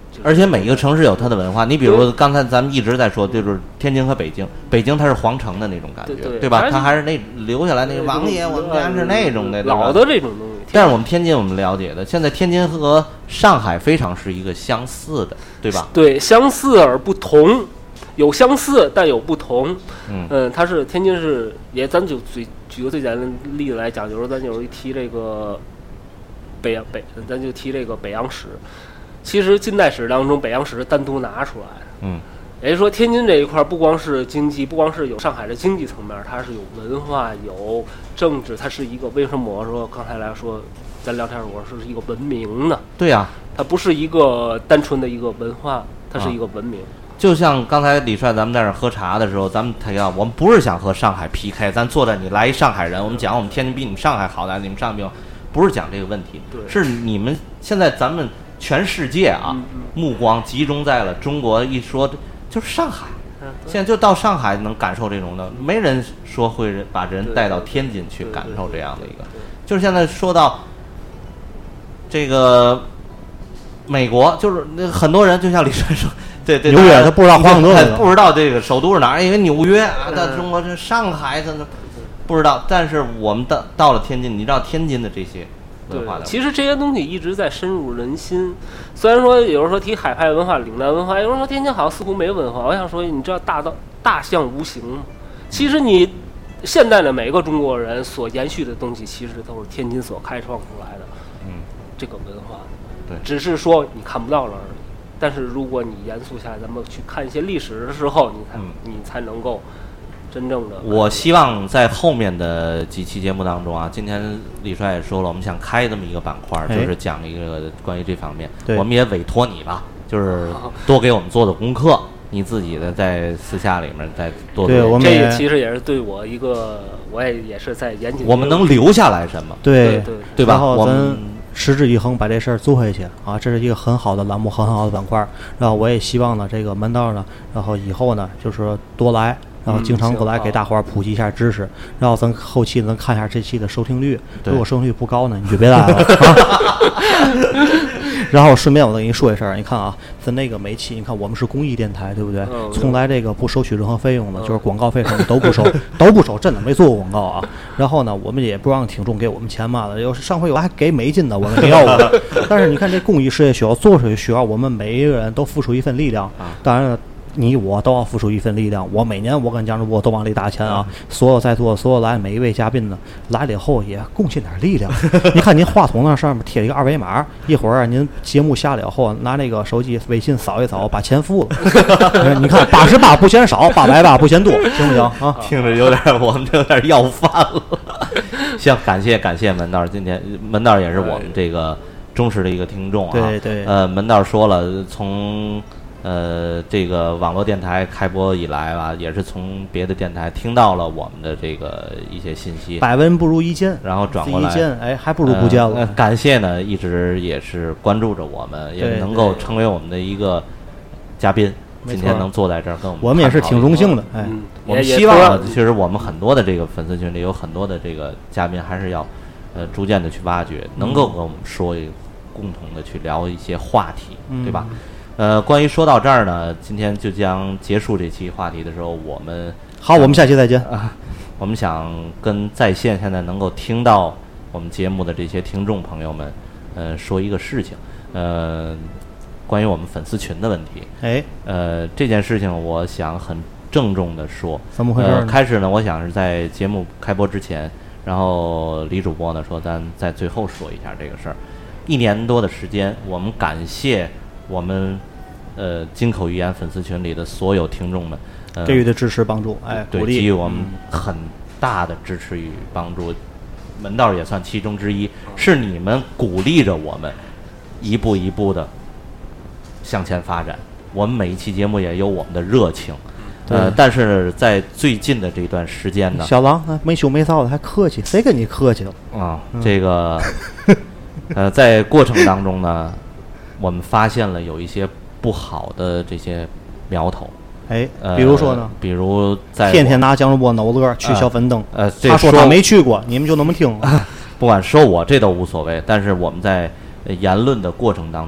而且每一个城市有它的文化。你比如刚才咱们一直在说，就是天津和北京，北京它是皇城的那种感觉， 对对吧？它还是那留下来那个王爷，我们家是那种的老的这种东西。 但是我们天津我们了解的，现在天津和上海非常是一个相似的，对吧？ 对，相似而不同，有相似但有不同。 嗯嗯，它是天津是也，咱就最举个最简单的例子来讲，就是咱有时候一提这个北洋北，咱就提这个北洋史。其实近代史当中，北洋史是单独拿出来的。 嗯， 也就是说，天津这一块不光是经济，不光是有上海的经济层面，它是有文化、有政治，它是一个。为什么我说刚才来说，咱聊天我说是一个文明呢？ 对呀、啊， 它不是一个单纯的一个文化，它是一个文明。 啊、就像刚才李帅咱们在这喝茶的时候，咱们提到我们不是想和上海 P K， 咱坐在你来一上海人，我们讲我们天津比你们上海好的，你们上海比我不是讲这个问题，是你们现在咱们。全世界啊，目光集中在了中国，一说就是上海。现在就到上海能感受这种的，没人说会把人带到天津去感受这样的一个。就是现在说到这个美国，就是很多人就像李帅说，对对， 纽约他不知道华盛顿， 不知道这个首都是哪儿，因为纽约啊，在中国这上海他不知道。但是我们到到了天津，你知道天津的这些。 对，其实这些东西一直在深入人心。虽然说有人说提海派文化、岭南文化，有人说天津好像似乎没文化。我想说，你知道大道大象无形吗？其实你现代的每个中国人所延续的东西，其实都是天津所开创出来的。 嗯， 这个文化， 对， 只是说你看不到了而已。但是如果你严肃下来，咱们去看一些历史的时候，你才、嗯、你才能够。真正的， 我希望在后面的几期节目当中啊，今天李帅也说了，我们想开这么一个板块，就是讲一个关于这方面。我们也委托你吧，就是多给我们做的功课，你自己的在私下里面再多做。 对，我们这个其实也是对我一个，我也也是在严谨。 我们能留下来什么？ 对对对吧？ 然后咱持之以恒把这事儿做下去啊，这是一个很好的栏目，很好的板块。然后我也希望呢，这个门道呢，然后以后呢，就是说多来。然后经常过来给大伙儿普及一下知识，然后咱后期能看一下这期的收听率，如果收听率不高呢，你就别来了。然后顺便我再跟你说一声，你看啊，咱那个每期，你看我们是公益电台，对不对？从来这个不收取任何费用的，就是广告费什么都不收，都不收，真的没做过广告啊。然后呢，我们也不让听众给我们钱嘛的，有上回我还给美金的，我们没要过。但是你看这公益事业需要做出去，需要我们每一个人都付出一份力量。当然了。你我都要付出一份力量。我每年我跟蒋主播都往里打钱啊！所有在座所有来每一位嘉宾呢，来了以后也贡献点力量。你看您话筒那上面贴了一个二维码，一会儿您节目下了以后，拿那个手机微信扫一扫，把钱付了。你看八十八不嫌少，八百八不嫌多，行不行啊？ 听着有点，我们这有点要饭了。行，感谢感谢门道，今天门道也是我们这个忠实的一个听众啊。 对对。 呃，门道说了，从。呃，这个网络电台开播以来吧，也是从别的电台听到了我们的这个一些信息。 百闻不如一见， 然后转过来， 一见，哎，还不如不见了。 呃、感谢呢，一直也是关注着我们，也能够成为我们的一个嘉宾。今天能坐在这儿跟我们， 我们也是挺荣幸的。哎， 嗯、 我们希望，其实我们很多的这个粉丝群里有很多的这个嘉宾，还是要呃逐渐的去挖掘，能够跟我们说一共同的去聊一些话题， 嗯、 对吧？呃，关于说到这儿呢，今天就将结束这期话题的时候，我们好，我们下期再见啊。我们想跟在线现在能够听到我们节目的这些听众朋友们，呃，说一个事情，呃，关于我们粉丝群的问题。 哎， 呃，这件事情我想很郑重的说， 怎么回事呢？ 呃，开始呢，我想是在节目开播之前，然后李主播呢说，咱在最后说一下这个事儿。一年多的时间，我们感谢我们。呃，金口语言粉丝群里的所有听众们，呃、 给予的支持帮助，哎， 对， 鼓励给予我们很大的支持与帮助，门道也算其中之一。是你们鼓励着我们一步一步的向前发展。我们每一期节目也有我们的热情，呃，但是在最近的这段时间呢， 小狼没羞没臊的还客气，谁跟你客气了啊？嗯、这个，呃，在过程当中呢，我们发现了有一些。不好的这些苗头， 哎，比如说呢？ 呃、比如在天天拿蒋主播脑乐去小粉灯， 呃， 他说他没去过，你们就那么听。 不管说我这都无所谓，但是我们在言论的过程当中，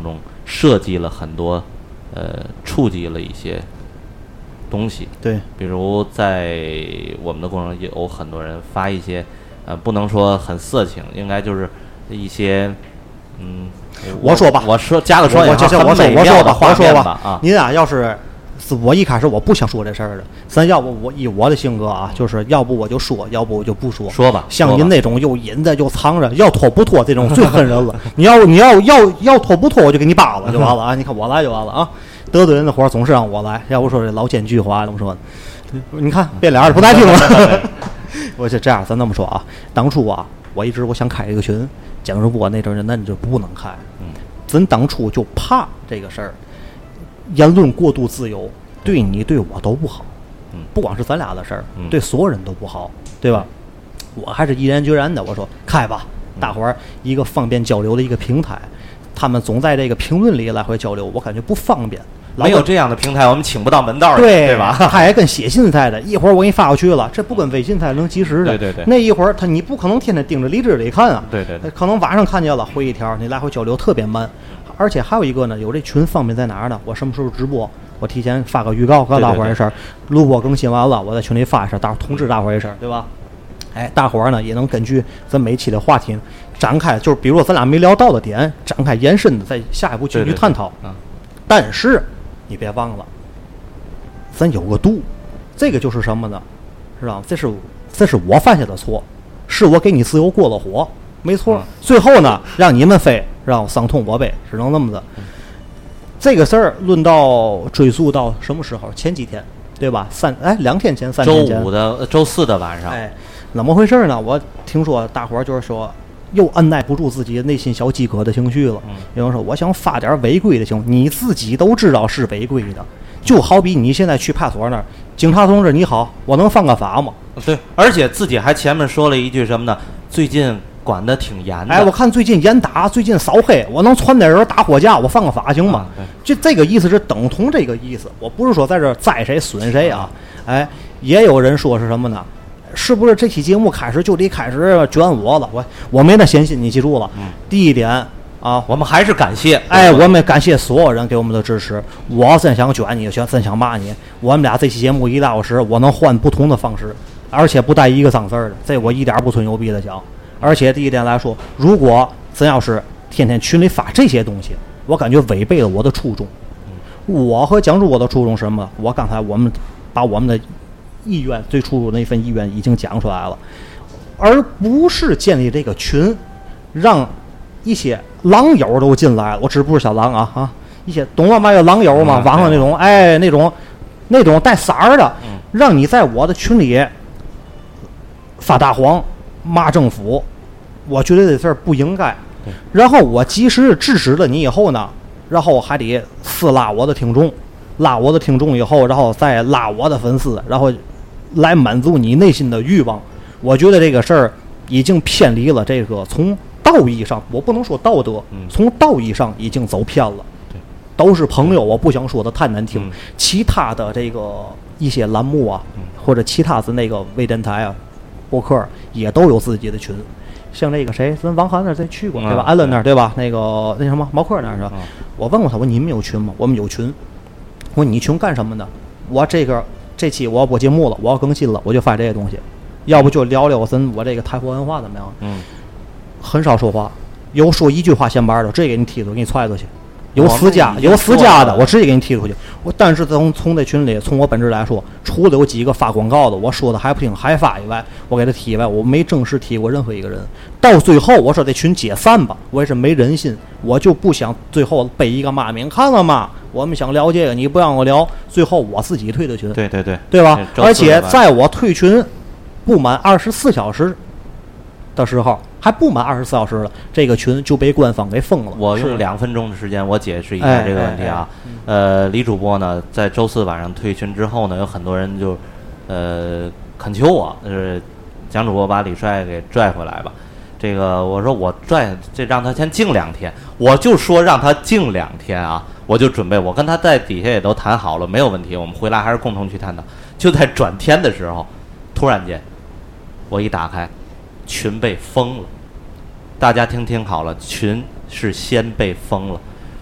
设计了很多呃触及了一些东西。 对， 比如在我们的过程中有很多人发一些呃不能说很色情，应该就是一些嗯， 我说吧我说加个我双引号， 我这我说很美我说吧， 妙的画我说吧面吧啊， 您啊，要是是我一开始我不想说这事儿的，咱要不我以我的性格啊，就是要不我就说，要不我就不说。 说吧， 像说吧您那种又隐着又藏着，要拖不拖这种最恨人了。你要你要要要拖不拖，我就给你扒了就完了啊！你看我来就完了啊！得罪人的活儿总是让我来，要不说这老奸巨猾怎么说呢？你看变脸儿不带听了。我就这样，咱这么说啊，当初啊，我一直我想开一个群，蒋主播那阵儿那就不能开， 嗯， 咱当初就怕这个事儿，言论过度自由，对你对我都不好， 嗯， 不光是咱俩的事儿， 嗯对所有人都不好，对吧？我还是毅然决然的，我说开吧，大伙儿一个方便交流的一个平台，他们总在这个评论里来回交流，我感觉不方便。 没有这样的平台，我们请不到门道儿， 对对吧？ 他还跟写信似的，一会儿我给你发过去了，这不跟微信才能及时的。 对对对那一会儿他你不可能天天盯着荔枝里看啊。 对对对可能晚上看见了回一条，你来回交流特别慢。而且还有一个呢，有这群方便在哪儿呢？我什么时候直播？我提前发个预告，告诉大伙儿一声。录播更新完了，我在群里发一声，大伙儿通知大伙儿一声，对吧？哎，大伙儿呢也能根据咱每期的话题展开，就是比如说咱俩没聊到的点，展开延伸的，在下一步继续探讨。 嗯， 但是你别忘了，咱有个度，这个就是什么呢？是吧？这是这是我犯下的错，是我给你自由过了火，没错。 嗯、 最后呢，让你们飞，让我伤痛我背，只能那么的。 嗯、 这个事儿论到追溯到什么时候？前几天，对吧？三哎两天前，三天前， 周五的周四的晚上， 哎，怎么回事呢？我听说大伙儿就是说。又按耐不住自己内心小饥渴的情绪了。有人说：“我想发点违规的情，你自己都知道是违规的。就好比你现在去派出所那儿，警察同志你好，我能犯个法吗？” 对，而且自己还前面说了一句什么呢？最近管得挺严的。 哎，我看最近严打，最近扫黑，我能传点人打火架，我犯个法行吗？ 啊、 就这个意思是等同这个意思。我不是说在这栽谁损谁啊。哎，也有人说是什么呢？是不是这期节目开始就得开始卷我了？我我没那闲心，你记住了。 嗯、 第一点啊， 我们还是感谢， 哎，我们感谢所有人给我们的支持。我真想卷你，想真想骂你。我们俩这期节目一个小时，我能换不同的方式，而且不带一个脏字儿的，这我一点不吹牛逼的讲。而且第一点来说，如果真要是天天群里发这些东西，我感觉违背了我的初衷。嗯、我和蒋主播的初衷是什么？我刚才我们把我们的意愿最初那份意愿已经讲出来了，而不是建立这个群，让一些狼友都进来了。我指不是小狼啊啊，一些懂了吗？有狼友嘛， 嗯、 网上那种哎那种那种带色儿的， 嗯、 让你在我的群里发大黄骂政府，我觉得这事儿不应该。然后我及时制止了你以后呢，然后还得私拉我的听众。拉我的听众以后，然后再拉我的粉丝，然后来满足你内心的欲望。我觉得这个事儿已经偏离了这个从道义上，我不能说道德， 嗯、 从道义上已经走偏了。 对， 都是朋友，我不想说的太难听。 嗯、 其他的这个一些栏目啊， 嗯、 或者其他的那个微电台啊、播客也都有自己的群。像那个谁，咱王涵那儿再去过，对吧？安乐那儿对吧？那个那什么毛克那儿是吧？ 嗯、 我问过他，我你们有群吗？我们有群。我说你群干什么呢？我这个这期我要播节目了，我要更新了，我就发这些东西，要不就聊聊咱我这个台湾文化怎么样？ 嗯， 很少说话，有说一句话闲班的，直接给你踢出，给你踹出去。有私家有私家的，我直接给你踢出去。我但是从从这群里，从我本质来说，除了有几个发广告的，我说的还不听还发以外，我给他踢以外，我没正式踢过任何一个人。到最后我说这群解散吧，我也是没人心，我就不想最后背一个骂名，看了吗？我们想聊这个，你不让我聊，最后我自己退的群。 对对对， 对吧？而且在我退群不满二十四小时的时候。还不满二十四小时了，这个群就被官方给封了。 我用两分钟的时间，我解释一下这个问题啊。哎哎哎呃，李主播呢，在周四晚上退群之后呢，有很多人就呃恳求我，就是蒋主播把李帅给拽回来吧。这个我说我拽，这让他先静两天，我就说让他静两天啊，我就准备，我跟他在底下也都谈好了，没有问题，我们回来还是共同去探讨。就在转天的时候，突然间我一打开。群被封了，大家听听好了，群是先被封了，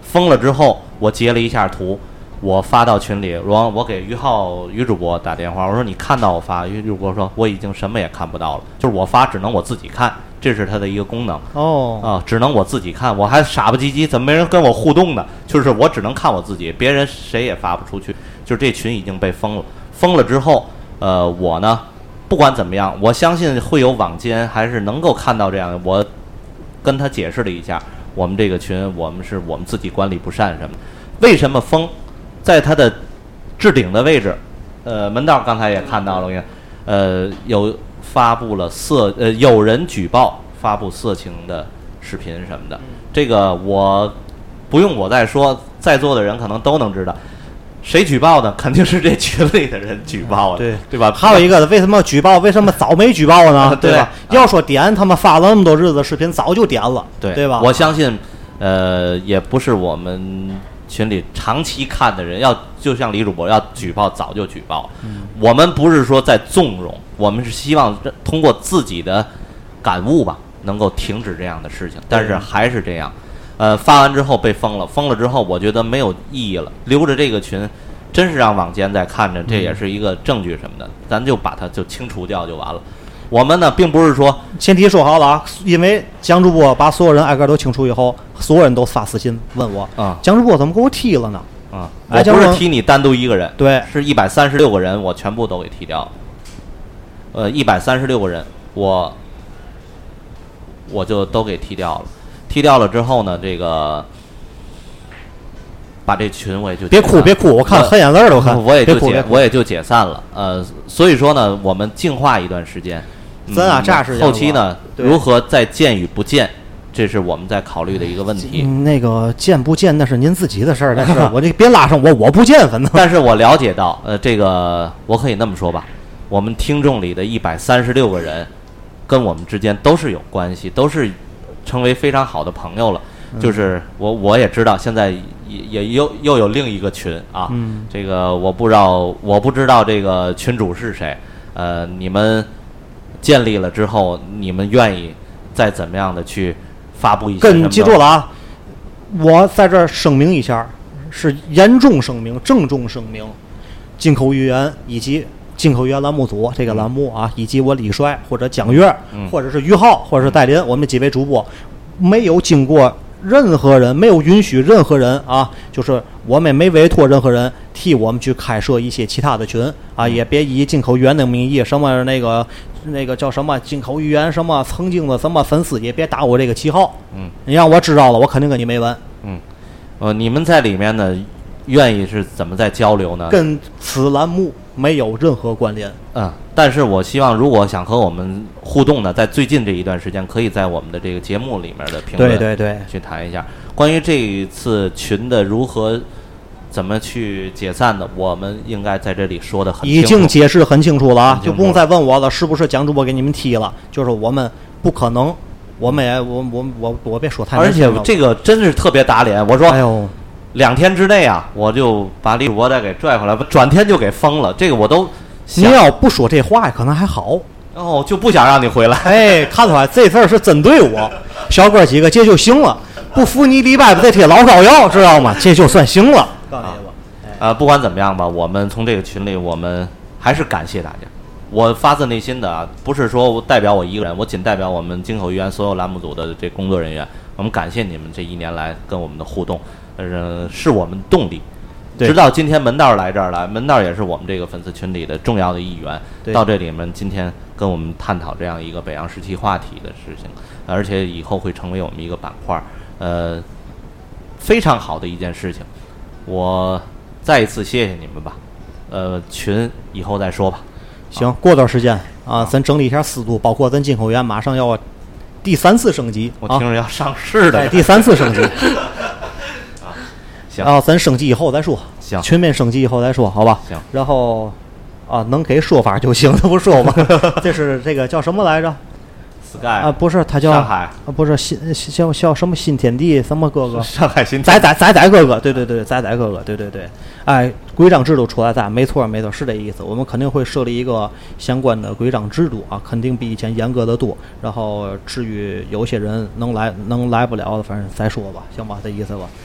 封了之后，我截了一下图，我发到群里，我我给于浩于主播打电话，我说你看到我发，于主播说我已经什么也看不到了，就是我发只能我自己看，这是它的一个功能。 哦啊，只能我自己看，我还傻不唧唧，怎么没人跟我互动呢？就是我只能看我自己，别人谁也发不出去。就是这群已经被封了，封了之后，呃，我呢，不管怎么样，我相信会有网监还是能够看到这样的。我跟他解释了一下，我们这个群，我们是我们自己管理不善什么的。为什么封？在它的置顶的位置，呃，门道刚才也看到了，我看，呃，有发布了色，呃，有人举报发布色情的视频什么的，这个我不用我再说，在座的人可能都能知道。谁举报的？肯定是这群里的人举报的， 对对吧？ 还有一个，为什么举报？为什么早没举报呢？ 对吧？要说点，他们发了那么多日子视频，早就点了， 对对吧？ 我相信，呃，也不是我们群里长期看的人，要就像李主播要举报，早就举报。嗯、我们不是说在纵容，我们是希望通过自己的感悟吧，能够停止这样的事情。但是还是这样。呃，发完之后被封了，封了之后，我觉得没有意义了，留着这个群，真是让网监在看着，这也是一个证据什么的，咱就把它就清除掉就完了。我们呢，并不是说前提说好了啊，因为蒋主播把所有人挨个都清除以后，所有人都发私信问我啊， 蒋主播怎么给我踢了呢？ 啊，我不是踢你单独一个人， 对， 是一百三十六个人，我全部都给踢掉了。呃，一百三十六个人，我我就都给踢掉了。踢掉了之后呢，这个把这群我也就别哭别哭，我看黑眼泪儿都看， 我也就解我也就解散了。呃，所以说呢，我们净化一段时间， 咱啊，这是后期呢如何再见与不见，这是我们在考虑的一个问题。 嗯、那个见不见那是您自己的事儿，但是我这别拉上我，我不见，反正。 但是我了解到，呃，这个我可以那么说吧，我们听众里的一百三十六个人，跟我们之间都是有关系，都是成为非常好的朋友了。嗯、就是我我也知道，现在也也又又有另一个群啊， 嗯、 这个我不知道我不知道这个群主是谁，呃，你们建立了之后，你们愿意再怎么样的去发布一些？ 跟记住了啊，我在这儿声明一下，是严重声明、郑重声明，进口语言以及进口语言栏目组这个栏目啊，以及我李帅或者蒋月， 嗯、 或者是于浩，或者是戴林，我们几位主播没有经过任何人，没有允许任何人啊，就是我们没委托任何人替我们去开设一些其他的群啊，也别以进口语言的名义，什么那个那个叫什么进口语言什么曾经的什么粉丝，也别打我这个旗号。 嗯， 你让我知道了，我肯定跟你没完。 嗯，呃，你们在里面呢，愿意是怎么在交流呢？ 跟此栏目没有任何关联。 嗯，但是我希望，如果想和我们互动呢，在最近这一段时间，可以在我们的这个节目里面的评论， 对对对， 去谈一下关于这一次群的如何怎么去解散的，我们应该在这里说的很清楚， 已经解释很清楚了啊，就不用再问我了，是不是蒋主播给你们踢了？就是我们不可能，我们也我我我我别说太难听了， 而且这个真是特别打脸。我说， 哎呦， 两天之内啊，我就把李主播再给拽回来，转天就给封了，这个我都。 你要不说这话可能还好， 哦，就不想让你回来。 哎，看出来这事儿是针对我，小哥几个这就行了，不服你礼拜不得贴老膏药，知道吗？这就算行了。告诉你吧， 呃，不管怎么样吧，我们从这个群里，我们还是感谢大家。我发自内心的啊，不是说我代表我一个人，我仅代表我们金口语言所有栏目组的这工作人员，我们感谢你们这一年来跟我们的互动，呃，是我们动力。直到今天门道来这儿来，门道也是我们这个粉丝群里的重要的一员。到这里面，今天跟我们探讨这样一个北洋时期话题的事情，而且以后会成为我们一个板块，呃，非常好的一件事情。我再一次谢谢你们吧。呃，群以后再说吧。 行，过段时间啊，咱整理一下思路，包括咱进口源马上要第三次升级， 我听着要上市的， 哎，第三次升级。 行， 然后咱升级以后再说， 行， 全面升级以后再说，好吧？ 行。 然后啊，能给说法就行，他不说吧？这是这个叫什么来着 ？Sky 啊，不是，他叫上海啊，不是新叫叫什么新天地什么哥哥？ 上海新仔仔仔仔哥哥，对对对，仔仔哥哥，对对对。哎，规章制度出来咱没错没错，是这意思。我们肯定会设立一个相关的规章制度啊，肯定比以前严格的多。然后至于有些人能来能来不了，反正再说吧，行吧，这意思吧。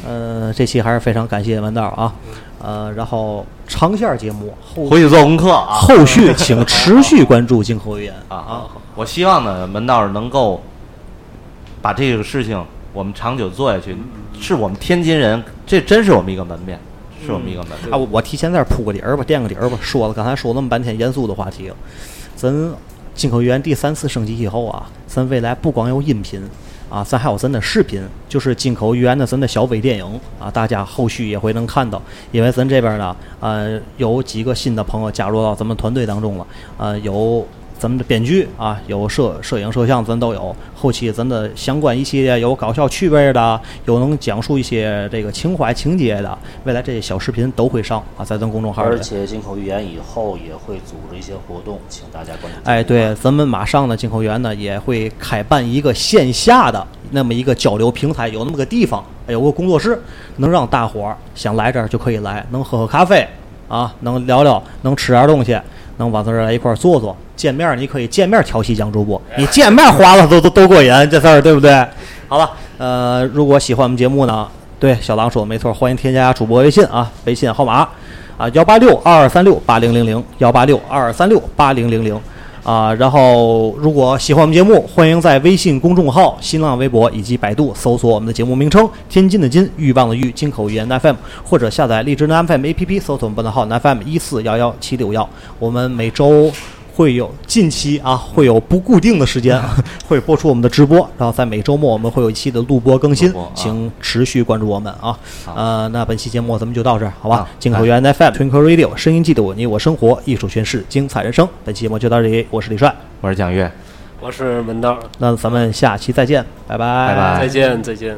呃，这期还是非常感谢文道啊，呃，然后长线节目后回去做功课啊。 后续请持续关注金口语言啊啊！我希望呢，门道能够把这个事情我们长久做下去，是我们天津人，这真是我们一个门面，是我们一个门面。 啊，我我提前在这铺个底儿吧，垫个底儿吧。说了，刚才说那么半天严肃的话题了，咱金口语言第三次升级以后啊，咱未来不光有音频啊，咱还有咱的视频，就是金口语言的咱的小微电影啊，大家后续也会能看到。因为咱这边呢，呃，有几个新的朋友加入到咱们团队当中了，呃，有咱们的编剧啊，有摄摄影摄像咱都有，后期咱的相关一系列有搞笑趣味的，有能讲述一些这个情怀情节的，未来这些小视频都会上啊，在咱公众号里。 而且金口语言以后也会组织一些活动，请大家关注。 哎，对，咱们马上呢，金口语言呢也会开办一个线下的那么一个交流平台，有那么个地方，有个工作室，能让大伙儿想来这儿就可以来，能喝喝咖啡啊，能聊聊，能吃点东西，能往这儿来一块儿坐坐。见面你可以见面调戏蒋主播，你见面花了都都都过瘾，这事儿对不对？好了，呃，如果喜欢我们节目呢，对小狼说没错，欢迎添加主播微信啊，微信号码啊幺八六二二三六八零零零幺八六二二三六八零零零啊。然后如果喜欢我们节目，欢迎在微信公众号、新浪微博以及百度搜索我们的节目名称“天津的津，欲望的欲，金口语言 F M”， 或者下载荔枝的 F M A P P 搜索我们的号 F M 一四幺幺七六幺。我们每周会有近期啊，会有不固定的时间会播出我们的直播，然后在每周末我们会有一期的录播更新， 啊、 请持续关注我们啊。呃，那本期节目咱们就到这儿，好吧？金口语言 F M Twinkle Radio 声音记录你我生活，艺术诠释精彩人生。本期节目就到这里，我是李帅， 我是蒋越， 我是文道， 那咱们下期再见，拜拜， 拜拜， 再见，再见。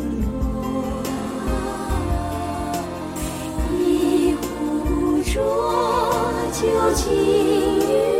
说求情雨